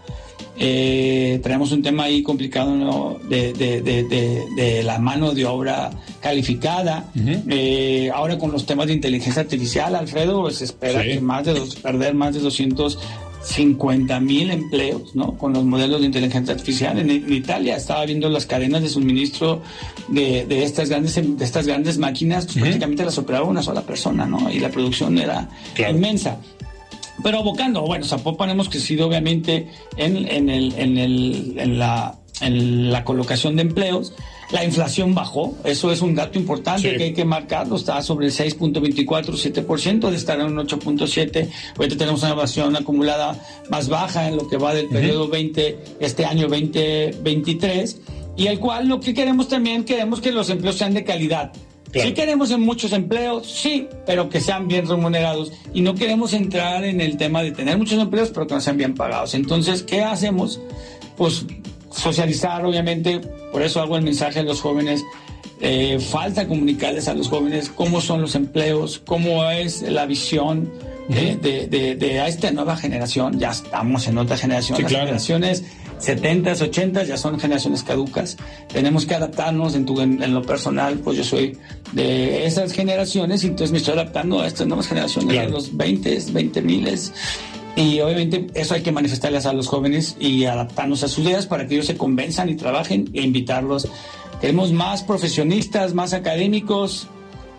Eh, tenemos un tema ahí complicado, ¿no? de, de, de, de, de la mano de obra calificada. Uh-huh. Eh, ahora con los temas de inteligencia artificial, Alfredo, se espera sí. que más de dos, perder más de doscientos cincuenta mil empleos, ¿no? Con los modelos de inteligencia artificial. En, en Italia estaba viendo las cadenas de suministro de, de estas grandes de estas grandes máquinas, pues uh-huh. prácticamente las operaba una sola persona, ¿no? Y la producción era claro. inmensa. Pero abocando, bueno, Zapopan hemos crecido obviamente en, en, el, en, el, en, la, en la colocación de empleos. La inflación bajó, eso es un dato importante sí. que hay que marcarlo, está sobre el seis punto veinticuatro, siete por ciento, de estar en un ocho punto siete. Ahorita tenemos una inflación acumulada más baja en lo que va del periodo uh-huh. veinte, este año veinte veintitrés, y el cual lo que queremos también, queremos que los empleos sean de calidad. Claro. Sí queremos en muchos empleos, sí, pero que sean bien remunerados, y no queremos entrar en el tema de tener muchos empleos pero que no sean bien pagados. Entonces, ¿qué hacemos? Pues socializar, obviamente, por eso hago el mensaje a los jóvenes. Eh, falta comunicarles a los jóvenes cómo son los empleos, cómo es la visión de, de, de, de a esta nueva generación. Ya estamos en otra generación, sí, las claro. generaciones setentas, ochentas ya son generaciones caducas. Tenemos que adaptarnos. En, tu, en, en lo personal, pues yo soy de esas generaciones y entonces me estoy adaptando a estas nuevas generaciones, claro. de los veinte, veinte miles. Y obviamente eso hay que manifestarles a los jóvenes y adaptarnos a sus ideas para que ellos se convenzan y trabajen e invitarlos. Queremos más profesionistas, más académicos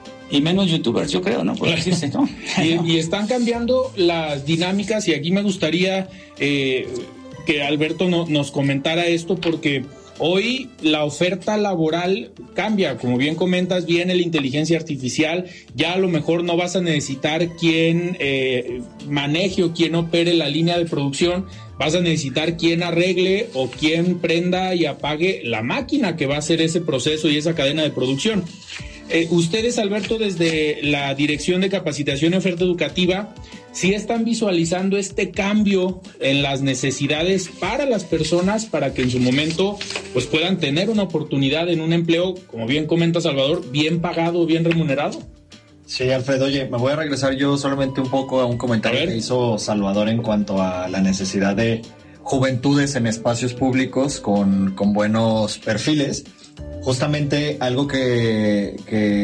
y menos youtubers, yo creo, ¿no? Por decirse, ¿no? y, y están cambiando las dinámicas, y aquí me gustaría eh, que Alberto no, nos comentara esto, porque hoy la oferta laboral cambia. Como bien comentas, viene la inteligencia artificial, ya a lo mejor no vas a necesitar quien eh, maneje o quien opere la línea de producción, vas a necesitar quien arregle o quien prenda y apague la máquina que va a hacer ese proceso y esa cadena de producción. Eh, ustedes, Alberto, desde la Dirección de Capacitación y Oferta Educativa, ¿sí están visualizando este cambio en las necesidades para las personas para que en su momento pues puedan tener una oportunidad en un empleo, como bien comenta Salvador, bien pagado, bien remunerado? Sí, Alfredo, oye, me voy a regresar yo solamente un poco a un comentario que hizo Salvador en cuanto a la necesidad de juventudes en espacios públicos con, con buenos perfiles. Justamente algo que,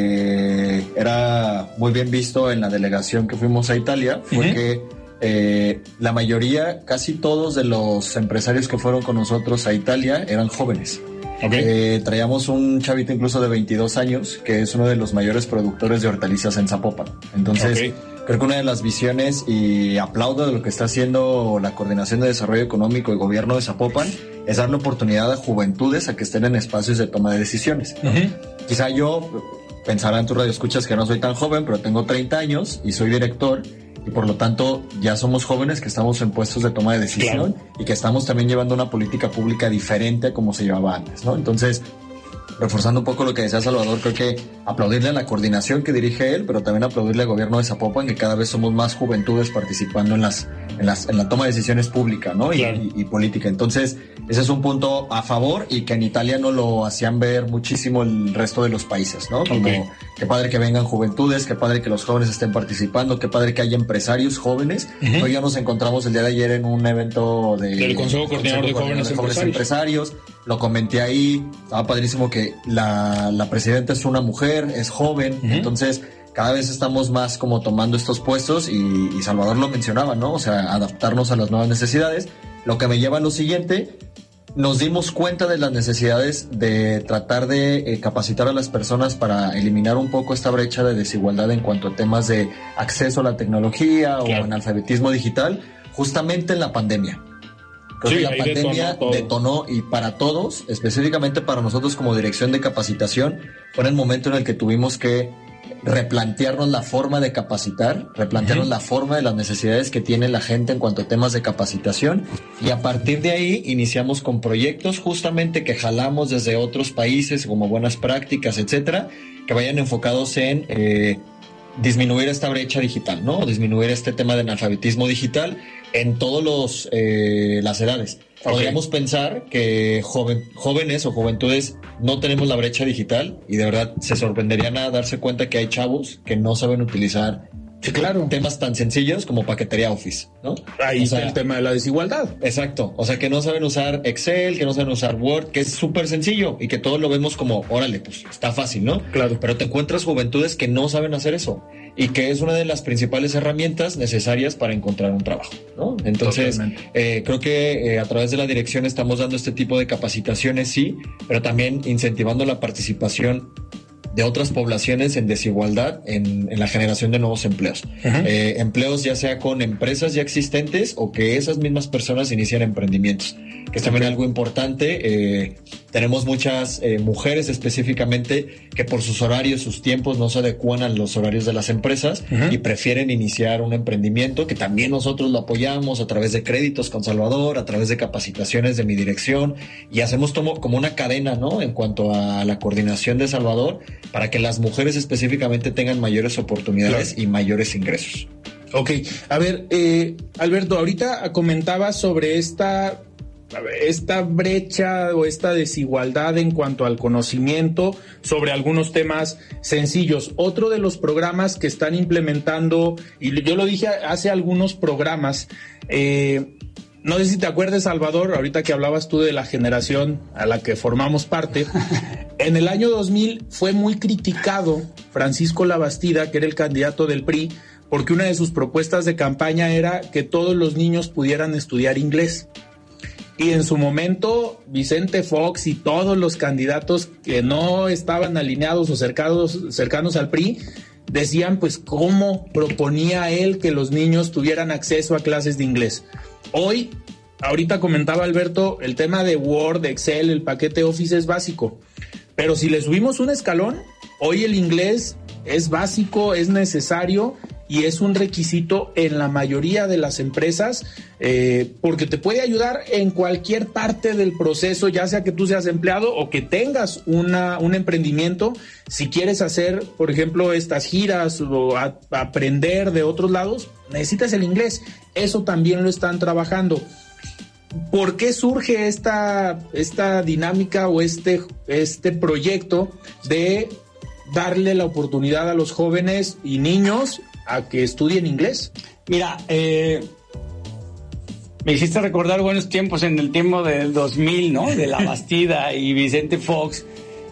que era muy bien visto en la delegación que fuimos a Italia fue uh-huh. que eh, la mayoría, casi todos de los empresarios que fueron con nosotros a Italia eran jóvenes. Okay. Eh, traíamos un chavito incluso de veintidós años que es uno de los mayores productores de hortalizas en Zapopan. Entonces, okay. creo que una de las visiones, y aplaudo de lo que está haciendo la Coordinación de Desarrollo Económico y Gobierno de Zapopan, es darle oportunidad a juventudes a que estén en espacios de toma de decisiones, ¿no? Uh-huh. Quizá yo, pensarán tus radioescuchas que no soy tan joven, pero tengo treinta años y soy director, y por lo tanto ya somos jóvenes que estamos en puestos de toma de decisión, claro. y que estamos también llevando una política pública diferente a como se llevaba antes, ¿no? Entonces, reforzando un poco lo que decía Salvador, creo que aplaudirle a la coordinación que dirige él, pero también aplaudirle al gobierno de Zapopan, que cada vez somos más juventudes participando en las, en las, en la toma de decisiones públicas, ¿no? Claro. Y, y, y política. Entonces, ese es un punto a favor, y que en Italia no lo hacían ver muchísimo el resto de los países, ¿no? Como, okay. qué padre que vengan juventudes, qué padre que los jóvenes estén participando, qué padre que haya empresarios jóvenes. Uh-huh. Hoy ya nos encontramos el día de ayer en un evento de, del Consejo Coordinador de Jóvenes, de jóvenes Empresarios. empresarios. Lo comenté ahí, estaba padrísimo que la, la presidenta es una mujer, es joven, uh-huh. entonces cada vez estamos más como tomando estos puestos, y, y Salvador lo mencionaba, ¿no? O sea, adaptarnos a las nuevas necesidades, lo que me lleva a lo siguiente. Nos dimos cuenta de las necesidades de tratar de eh, capacitar a las personas para eliminar un poco esta brecha de desigualdad en cuanto a temas de acceso a la tecnología, claro. o analfabetismo digital, justamente en la pandemia. Creo sí, que la pandemia detonó, detonó, y para todos, específicamente para nosotros como Dirección de Capacitación, fue en el momento en el que tuvimos que replantearnos la forma de capacitar, replantearnos uh-huh. la forma de las necesidades que tiene la gente en cuanto a temas de capacitación, y a partir de ahí iniciamos con proyectos justamente que jalamos desde otros países como buenas prácticas, etcétera, que vayan enfocados en eh, disminuir esta brecha digital, ¿no? Disminuir este tema de analfabetismo digital, en todos los eh, las edades. Okay. Podríamos pensar que joven, jóvenes o juventudes no tenemos la brecha digital y de verdad se sorprenderían a darse cuenta que hay chavos que no saben utilizar sí, claro. temas tan sencillos como paquetería Office, ¿no? Ahí o sea, está el tema de la desigualdad. Exacto, o sea que no saben usar Excel, que no saben usar Word, que es súper sencillo y que todos lo vemos como, órale, pues está fácil, ¿no? Claro. Pero te encuentras juventudes que no saben hacer eso y que es una de las principales herramientas necesarias para encontrar un trabajo, ¿no? Entonces, eh, creo que eh, a través de la dirección estamos dando este tipo de capacitaciones, sí, pero también incentivando la participación de otras poblaciones en desigualdad en, en la generación de nuevos empleos. Uh-huh. Eh, empleos ya sea con empresas ya existentes o que esas mismas personas inician emprendimientos, que es también algo importante. Eh, tenemos muchas eh, mujeres específicamente que por sus horarios, sus tiempos no se adecuan a los horarios de las empresas uh-huh. y prefieren iniciar un emprendimiento, que también nosotros lo apoyamos a través de créditos con Salvador, a través de capacitaciones de mi dirección, y hacemos tomo, como una cadena, ¿no? En cuanto a la coordinación de Salvador, para que las mujeres específicamente tengan mayores oportunidades claro. y mayores ingresos. Ok, a ver, eh, Alberto, ahorita comentabas sobre esta, esta brecha o esta desigualdad en cuanto al conocimiento sobre algunos temas sencillos. Otro de los programas que están implementando, y yo lo dije hace algunos programas, eh, no sé si te acuerdas, Salvador, ahorita que hablabas tú de la generación a la que formamos parte, en el año dos mil fue muy criticado Francisco Labastida, que era el candidato del P R I, porque una de sus propuestas de campaña era que todos los niños pudieran estudiar inglés. Y en su momento, Vicente Fox y todos los candidatos que no estaban alineados o cercanos, cercanos al P R I, decían pues cómo proponía él que los niños tuvieran acceso a clases de inglés. Hoy, ahorita comentaba Alberto, el tema de Word, Excel, el paquete Office es básico. Pero si le subimos un escalón, hoy el inglés es básico, es necesario y es un requisito en la mayoría de las empresas, eh, porque te puede ayudar en cualquier parte del proceso, ya sea que tú seas empleado o que tengas una, un emprendimiento. Si quieres hacer, por ejemplo, estas giras o a, a aprender de otros lados, necesitas el inglés. Eso también lo están trabajando. ¿Por qué surge esta, esta dinámica o este, este proyecto de darle la oportunidad a los jóvenes y niños a que estudien inglés? Mira, eh, me hiciste recordar buenos tiempos en el tiempo del dos mil, ¿no? De Labastida y Vicente Fox,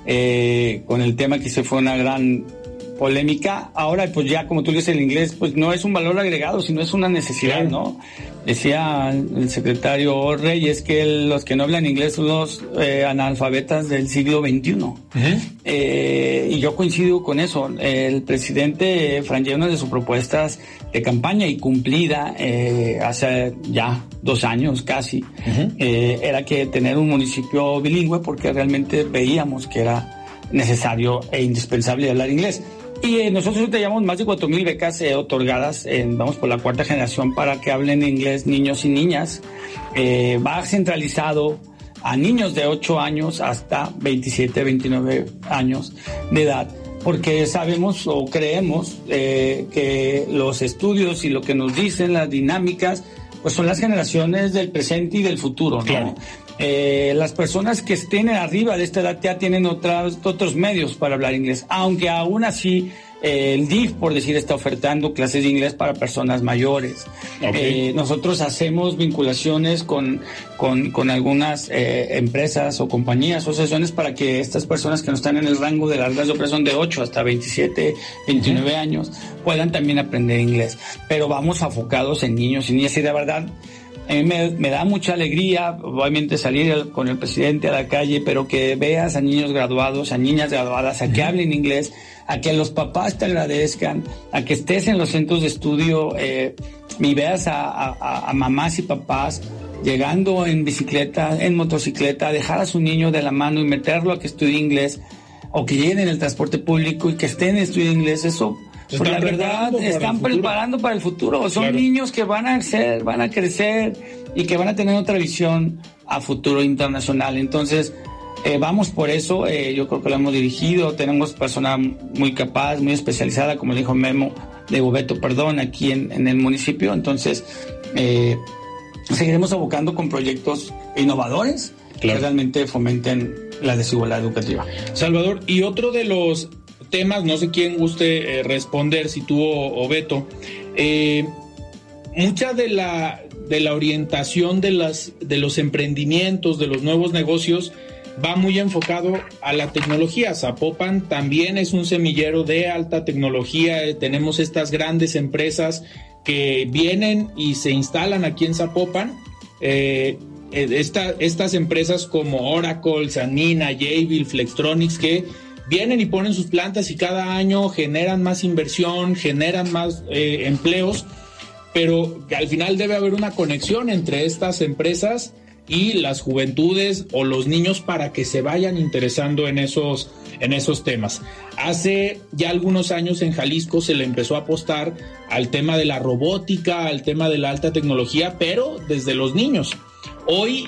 eh, con el tema que se fue una gran polémica. Ahora, pues ya, como tú dices, el inglés, pues no es un valor agregado, sino es una necesidad, ¿no? Decía el secretario Reyes que el, los que no hablan inglés son los eh, analfabetas del siglo veintiuno. Uh-huh. Eh, y yo coincido con eso. El presidente franqueó una de sus propuestas de campaña y cumplida eh, hace ya dos años casi, uh-huh. eh, era que tener un municipio bilingüe, porque realmente veíamos que era necesario e indispensable hablar inglés. Y eh, nosotros tenemos más de cuatro mil becas eh, otorgadas, en, vamos por la cuarta generación, para que hablen inglés niños y niñas. Eh, va centralizado a niños de ocho años hasta veintisiete, veintinueve años de edad, porque sabemos o creemos eh, que los estudios y lo que nos dicen, las dinámicas, pues son las generaciones del presente y del futuro, ¿no? Claro. Eh, las personas que estén arriba de esta edad ya tienen otras, otros medios para hablar inglés, aunque aún así eh, el D I F, por decir, está ofertando clases de inglés para personas mayores. Okay. Eh, nosotros hacemos vinculaciones con, con, con algunas eh, empresas o compañías, asociaciones, para que estas personas que no están en el rango de las edades de operación de ocho hasta veintisiete, veintinueve uh-huh. años puedan también aprender inglés. Pero vamos enfocados en niños y niñas, y de verdad a mí me, me da mucha alegría, obviamente, salir el, con el presidente a la calle, pero que veas a niños graduados, a niñas graduadas, a que hablen inglés, a que los papás te agradezcan, a que estés en los centros de estudio eh, y veas a, a, a mamás y papás llegando en bicicleta, en motocicleta, a dejar a su niño de la mano y meterlo a que estudie inglés, o que lleguen en el transporte público y que estén estudiando inglés. Eso, por la verdad, están preparando para el futuro. Son claro. niños que van a ser, van a crecer y que van a tener otra visión a futuro internacional. Entonces, eh, vamos por eso. Eh, yo creo que lo hemos dirigido. Tenemos personas muy capaz, muy especializada, como le dijo Memo, de Boveto, perdón, aquí en, en el municipio. Entonces, eh, seguiremos abocando con proyectos innovadores, claro, que realmente fomenten la desigualdad educativa. Salvador, y otro de los temas, no sé quién guste eh, responder, si tú o, o Beto, eh, mucha de la, de la orientación de, las, de los emprendimientos, de los nuevos negocios, va muy enfocado a la tecnología. Zapopan también es un semillero de alta tecnología. Eh, tenemos estas grandes empresas que vienen y se instalan aquí en Zapopan. Eh, esta, estas empresas como Oracle, Sanmina, Jabil, Flextronics, que vienen y ponen sus plantas y cada año generan más inversión, generan más eh, empleos, pero que al final debe haber una conexión entre estas empresas y las juventudes o los niños para que se vayan interesando en esos, en esos temas. Hace ya algunos años en Jalisco se le empezó a apostar al tema de la robótica, al tema de la alta tecnología, pero desde los niños. Hoy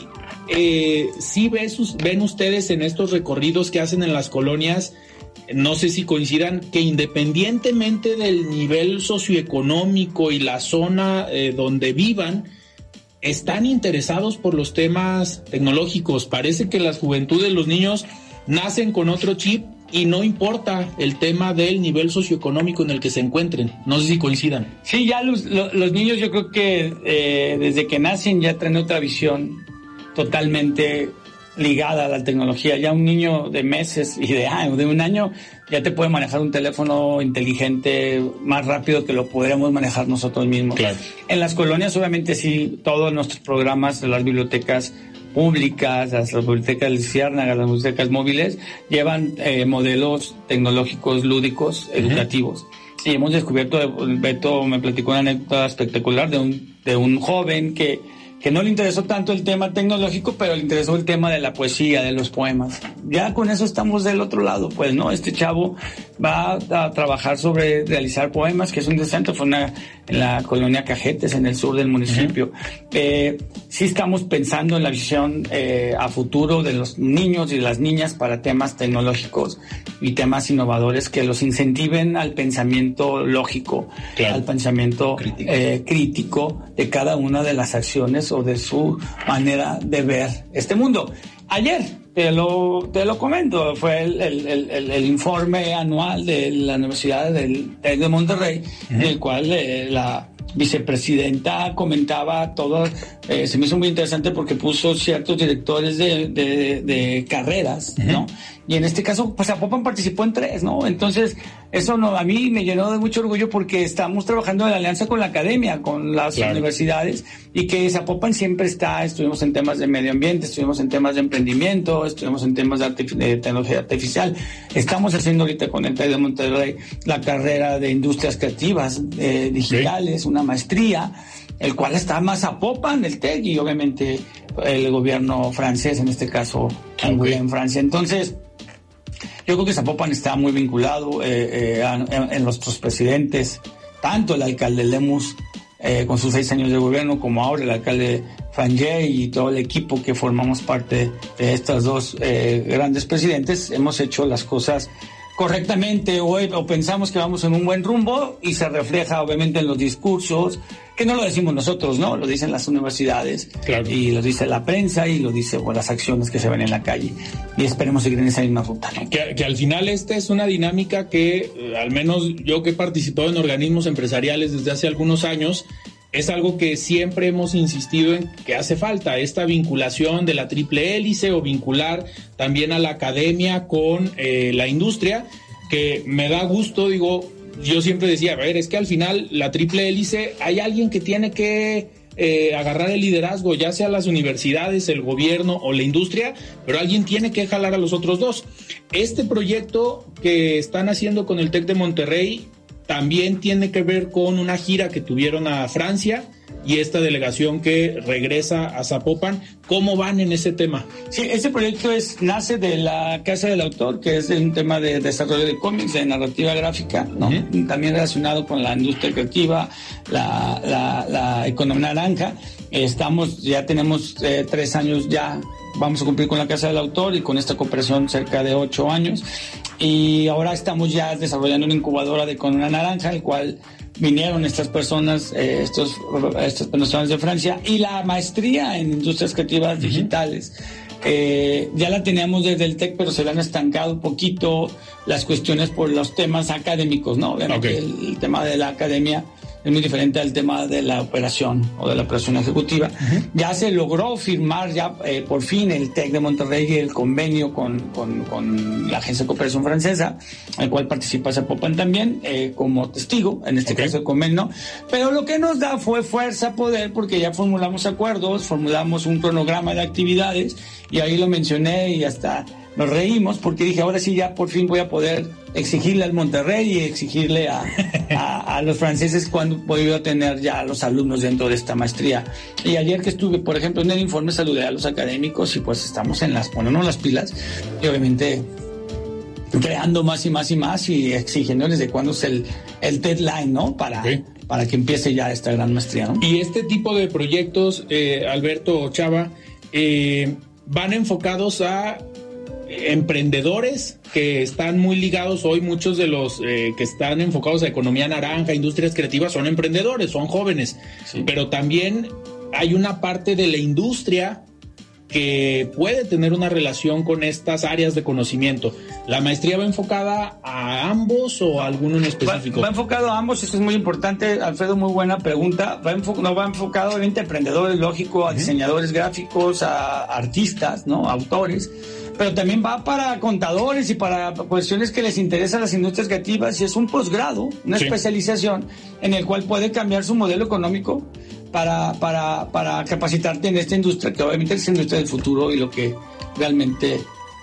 eh, sí ves, ven ustedes en estos recorridos que hacen en las colonias, no sé si coincidan, que independientemente del nivel socioeconómico y la zona eh, donde vivan, están interesados por los temas tecnológicos. Parece que las juventudes, los niños, nacen con otro chip y no importa el tema del nivel socioeconómico en el que se encuentren. No sé si coincidan. Sí, ya los, los, los niños yo creo que eh, desde que nacen ya traen otra visión totalmente ligada a la tecnología. Ya un niño de meses y de, ah, de un año ya te puede manejar un teléfono inteligente más rápido que lo podríamos manejar nosotros mismos. Claro. En las colonias obviamente sí, todos nuestros programas de las bibliotecas públicas, las bibliotecas de Ciérnaga, las bibliotecas móviles, llevan eh, modelos tecnológicos lúdicos, educativos. Uh-huh. Y hemos descubierto, Beto me platicó una anécdota espectacular de un, de un joven que que no le interesó tanto el tema tecnológico, pero le interesó el tema de la poesía, de los poemas. Ya con eso estamos del otro lado, pues, ¿no? Este chavo va a trabajar sobre realizar poemas, que es un interesante, fue una, en la colonia Cajetes, en el sur del municipio. Uh-huh. Eh, sí estamos pensando en la visión eh, a futuro de los niños y las niñas para temas tecnológicos y temas innovadores que los incentiven al pensamiento lógico, claro, al pensamiento crítico. Eh, crítico de cada una de las acciones o de su manera de ver este mundo. Ayer, te lo, te lo comento, fue el, el, el, el informe anual de la Universidad del TEC de Monterrey, uh-huh, en el cual eh, la vicepresidenta comentaba todo, eh, se me hizo muy interesante porque puso ciertos directores de, de, de carreras, uh-huh, ¿no? Y en este caso, pues Zapopan participó en tres, ¿no? Entonces, eso no, a mí me llenó de mucho orgullo porque estamos trabajando en la alianza con la academia, con las claro. universidades, y que Zapopan siempre está, estuvimos en temas de medio ambiente, estuvimos en temas de emprendimiento, estuvimos en temas de, artif- de tecnología artificial, estamos haciendo ahorita con el TEC de Monterrey la carrera de industrias creativas, eh, digitales, sí, una maestría, el cual está más Zapopan, el TEC, y obviamente el gobierno francés, en este caso, okay, en Francia. Entonces, yo creo que Zapopan está muy vinculado eh, eh, en, en nuestros presidentes, tanto el alcalde Lemus, eh, con sus seis años de gobierno, como ahora el alcalde Frangé y todo el equipo que formamos parte de estos dos eh, grandes presidentes. Hemos hecho las cosas correctamente o, o pensamos que vamos en un buen rumbo y se refleja obviamente en los discursos, que no lo decimos nosotros, ¿no? Lo dicen las universidades, claro, y lo dice la prensa y lo dice bueno, las acciones que se ven en la calle, y esperemos seguir en esa misma ruta, ¿no? Que, que al final esta es una dinámica que, eh, al menos yo que he participado en organismos empresariales desde hace algunos años, es algo que siempre hemos insistido en que hace falta, esta vinculación de la triple hélice o vincular también a la academia con eh, la industria, que me da gusto, digo, yo siempre decía, a ver, es que al final la triple hélice hay alguien que tiene que eh, agarrar el liderazgo, ya sea las universidades, el gobierno o la industria, pero alguien tiene que jalar a los otros dos. Este proyecto que están haciendo con el TEC de Monterrey también tiene que ver con una gira que tuvieron a Francia y esta delegación que regresa a Zapopan. ¿Cómo van en ese tema? Sí, ese proyecto es, nace de la Casa del Autor, que es un tema de desarrollo de cómics, de narrativa gráfica, ¿no? Uh-huh. También relacionado con la industria creativa, la, la, la economía naranja. Estamos, ya tenemos eh, tres años ya, vamos a cumplir con la Casa del Autor y con esta cooperación cerca de ocho años. Y ahora estamos ya desarrollando una incubadora de Economía Naranja, el cual vinieron estas personas, eh, estos, estas personas de Francia, y la maestría en industrias creativas uh-huh. digitales. Eh, ya la teníamos desde el TEC, pero se le han estancado un poquito las cuestiones por los temas académicos, ¿no? Obviamente okay. el, el tema de la academia es muy diferente al tema de la operación o de la operación ejecutiva. Uh-huh. Ya se logró firmar ya eh, por fin el TEC de Monterrey y el convenio con, con, con la Agencia de Cooperación Francesa, al cual participa Zapopan también eh, como testigo, en este okay. caso el convenio. Pero lo que nos da fue fuerza, poder, porque ya formulamos acuerdos, formulamos un cronograma de actividades, y ahí lo mencioné y hasta nos reímos porque dije, ahora sí ya por fin voy a poder exigirle al Monterrey y exigirle a, a, a los franceses cuando voy a tener ya a los alumnos dentro de esta maestría. Y ayer que estuve, por ejemplo, en el informe, saludé a los académicos y pues estamos en las, poniéndonos las pilas y obviamente creando más y más y más y exigiéndoles de cuándo es el, el deadline, ¿no? Para, okay. para que empiece ya esta gran maestría, ¿no? Y este tipo de proyectos, eh, Alberto, Chava, eh, van enfocados a emprendedores que están muy ligados hoy, muchos de los eh, que están enfocados a economía naranja, industrias creativas, son emprendedores, son jóvenes, sí. pero también hay una parte de la industria que puede tener una relación con estas áreas de conocimiento. ¿La maestría va enfocada a ambos o a alguno en específico? Va, va enfocado a ambos, eso es muy importante, Alfredo, muy buena pregunta. Va enfo- no va enfocado obviamente a emprendedores, lógico, a uh-huh. diseñadores gráficos, a artistas, ¿no? Autores, pero también va para contadores y para cuestiones que les interesan las industrias creativas, y es un posgrado, una sí. especialización en el cual puede cambiar su modelo económico para, para, para capacitarte en esta industria, que obviamente es la industria del futuro y lo que realmente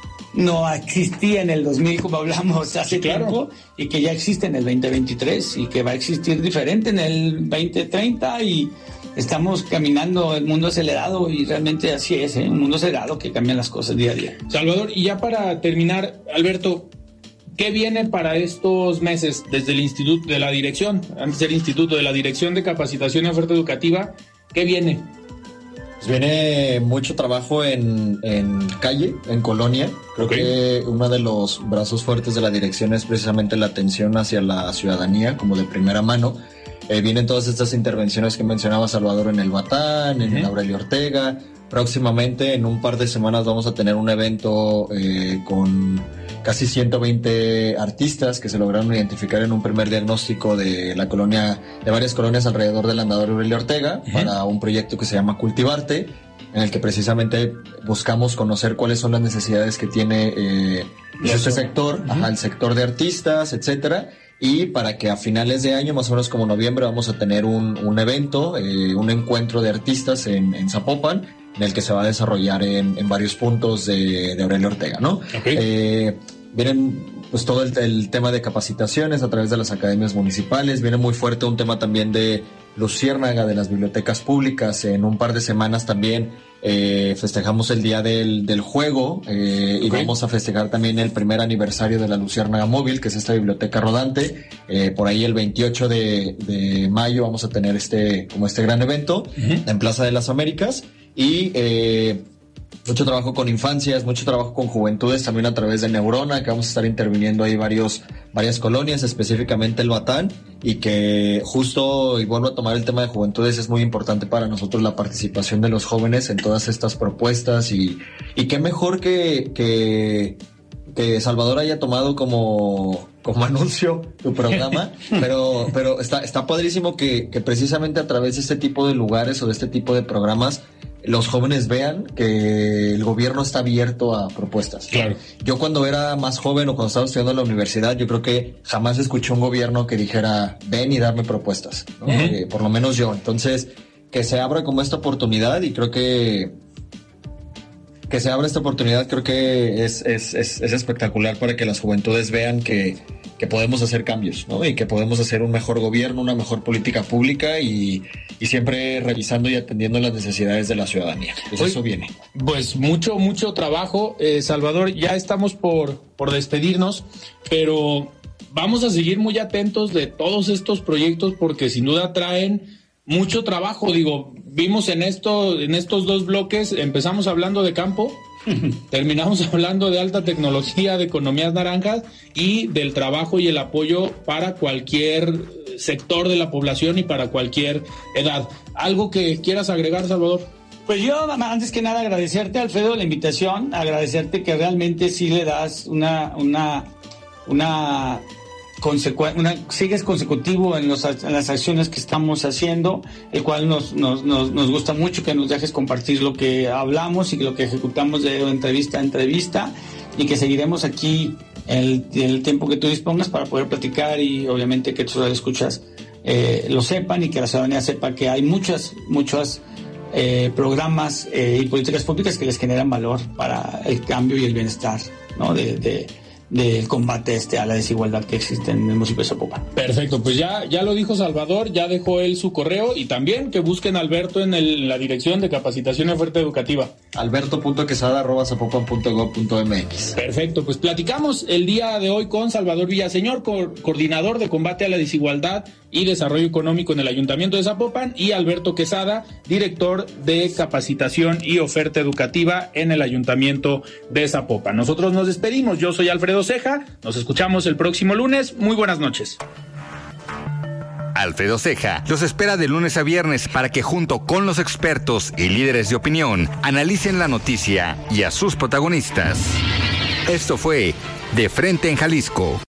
no existía en el dos mil, como hablamos hace sí, claro. tiempo, y que ya existe en el veinte veintitrés y que va a existir diferente en el veinte treinta, y estamos caminando el mundo acelerado, y realmente así es, ¿eh? Un mundo acelerado que cambian las cosas día a día. Salvador, y ya para terminar, Alberto, ¿qué viene para estos meses desde el instituto de la dirección, antes del instituto de la Dirección de Capacitación y Oferta Educativa? ¿Qué viene? Pues viene mucho trabajo en, en calle, en colonia. Creo okay. que uno de los brazos fuertes de la dirección es precisamente la atención hacia la ciudadanía, como de primera mano. Eh, vienen todas estas intervenciones que mencionaba Salvador en el Batán, en uh-huh. el Aurelio Ortega. Próximamente, en un par de semanas, vamos a tener un evento eh, con casi ciento veinte artistas que se lograron identificar en un primer diagnóstico de la colonia, de varias colonias alrededor del andador Aurelio Ortega, uh-huh. para un proyecto que se llama Cultivarte, en el que precisamente buscamos conocer cuáles son las necesidades que tiene eh, este sector, uh-huh. ajá, el sector de artistas, etcétera. Y para que a finales de año, más o menos como noviembre, vamos a tener un, un evento, eh, un encuentro de artistas en, en Zapopan, en el que se va a desarrollar en, en varios puntos de, de Aurelio Ortega, ¿no? Okay. Eh, vienen pues todo el, el tema de capacitaciones a través de las academias municipales, viene muy fuerte un tema también de luciérnaga, de las bibliotecas públicas. En un par de semanas también eh, festejamos el Día del, del Juego, eh, okay. y vamos a festejar también el primer aniversario de la Luciérnaga Móvil, que es esta biblioteca rodante. Eh, por ahí el veintiocho de, de mayo vamos a tener este, como este gran evento uh-huh. en Plaza de las Américas, y eh, mucho trabajo con infancias, mucho trabajo con juventudes también a través de Neurona, que vamos a estar interviniendo ahí varios, varias colonias, específicamente el Batán, y que justo, y vuelvo a tomar el tema de juventudes, es muy importante para nosotros la participación de los jóvenes en todas estas propuestas, y, y qué mejor que, que, que Salvador haya tomado como, como anuncio tu programa, pero, pero está, está padrísimo que, que precisamente a través de este tipo de lugares o de este tipo de programas los jóvenes vean que el gobierno está abierto a propuestas. Claro. Yo cuando era más joven o cuando estaba estudiando en la universidad, yo creo que jamás escuché un gobierno que dijera, ven y darme propuestas, ¿no? Uh-huh. Eh, por lo menos yo. Entonces, que se abra como esta oportunidad, y creo que que se abra esta oportunidad, creo que es, es, es, es espectacular para que las juventudes vean que, que podemos hacer cambios, ¿no? Y que podemos hacer un mejor gobierno, una mejor política pública, y, y siempre revisando y atendiendo las necesidades de la ciudadanía. Pues Hoy, eso viene. Pues mucho, mucho trabajo. Eh, Salvador, ya estamos por, por despedirnos, pero vamos a seguir muy atentos de todos estos proyectos, porque sin duda traen mucho trabajo. Digo, vimos en esto, en estos dos bloques, empezamos hablando de campo, terminamos hablando de alta tecnología, de economías naranjas y del trabajo y el apoyo para cualquier sector de la población y para cualquier edad. ¿Algo que quieras agregar, Salvador? Pues yo, antes que nada, agradecerte, Alfredo, la invitación, agradecerte que realmente sí le das una, una, una, consecu- una sigues consecutivo en, los, en las acciones que estamos haciendo, el cual nos, nos, nos, nos gusta mucho que nos dejes compartir lo que hablamos y lo que ejecutamos de entrevista a entrevista, y que seguiremos aquí el, el tiempo que tú dispongas para poder platicar, y obviamente que tus escuchas eh, lo sepan, y que la ciudadanía sepa que hay muchas, muchas Eh, programas eh, y políticas públicas que les generan valor para el cambio y el bienestar, ¿no? de, de, del combate este a la desigualdad que existe en el municipio de Zapopan. Perfecto, pues ya, ya lo dijo Salvador, ya dejó él su correo, y también que busquen a Alberto en el, la dirección de capacitación y oferta educativa. alberto punto quesada arroba zapopan punto gob punto mx. Perfecto, pues platicamos el día de hoy con Salvador Villaseñor, co- coordinador de combate a la desigualdad y desarrollo económico en el Ayuntamiento de Zapopan, y Alberto Quesada, director de capacitación y oferta educativa en el Ayuntamiento de Zapopan. Nosotros nos despedimos, yo soy Alfredo Ceja, nos escuchamos el próximo lunes, muy buenas noches. Alfredo Ceja los espera de lunes a viernes para que junto con los expertos y líderes de opinión analicen la noticia y a sus protagonistas. Esto fue De Frente en Jalisco.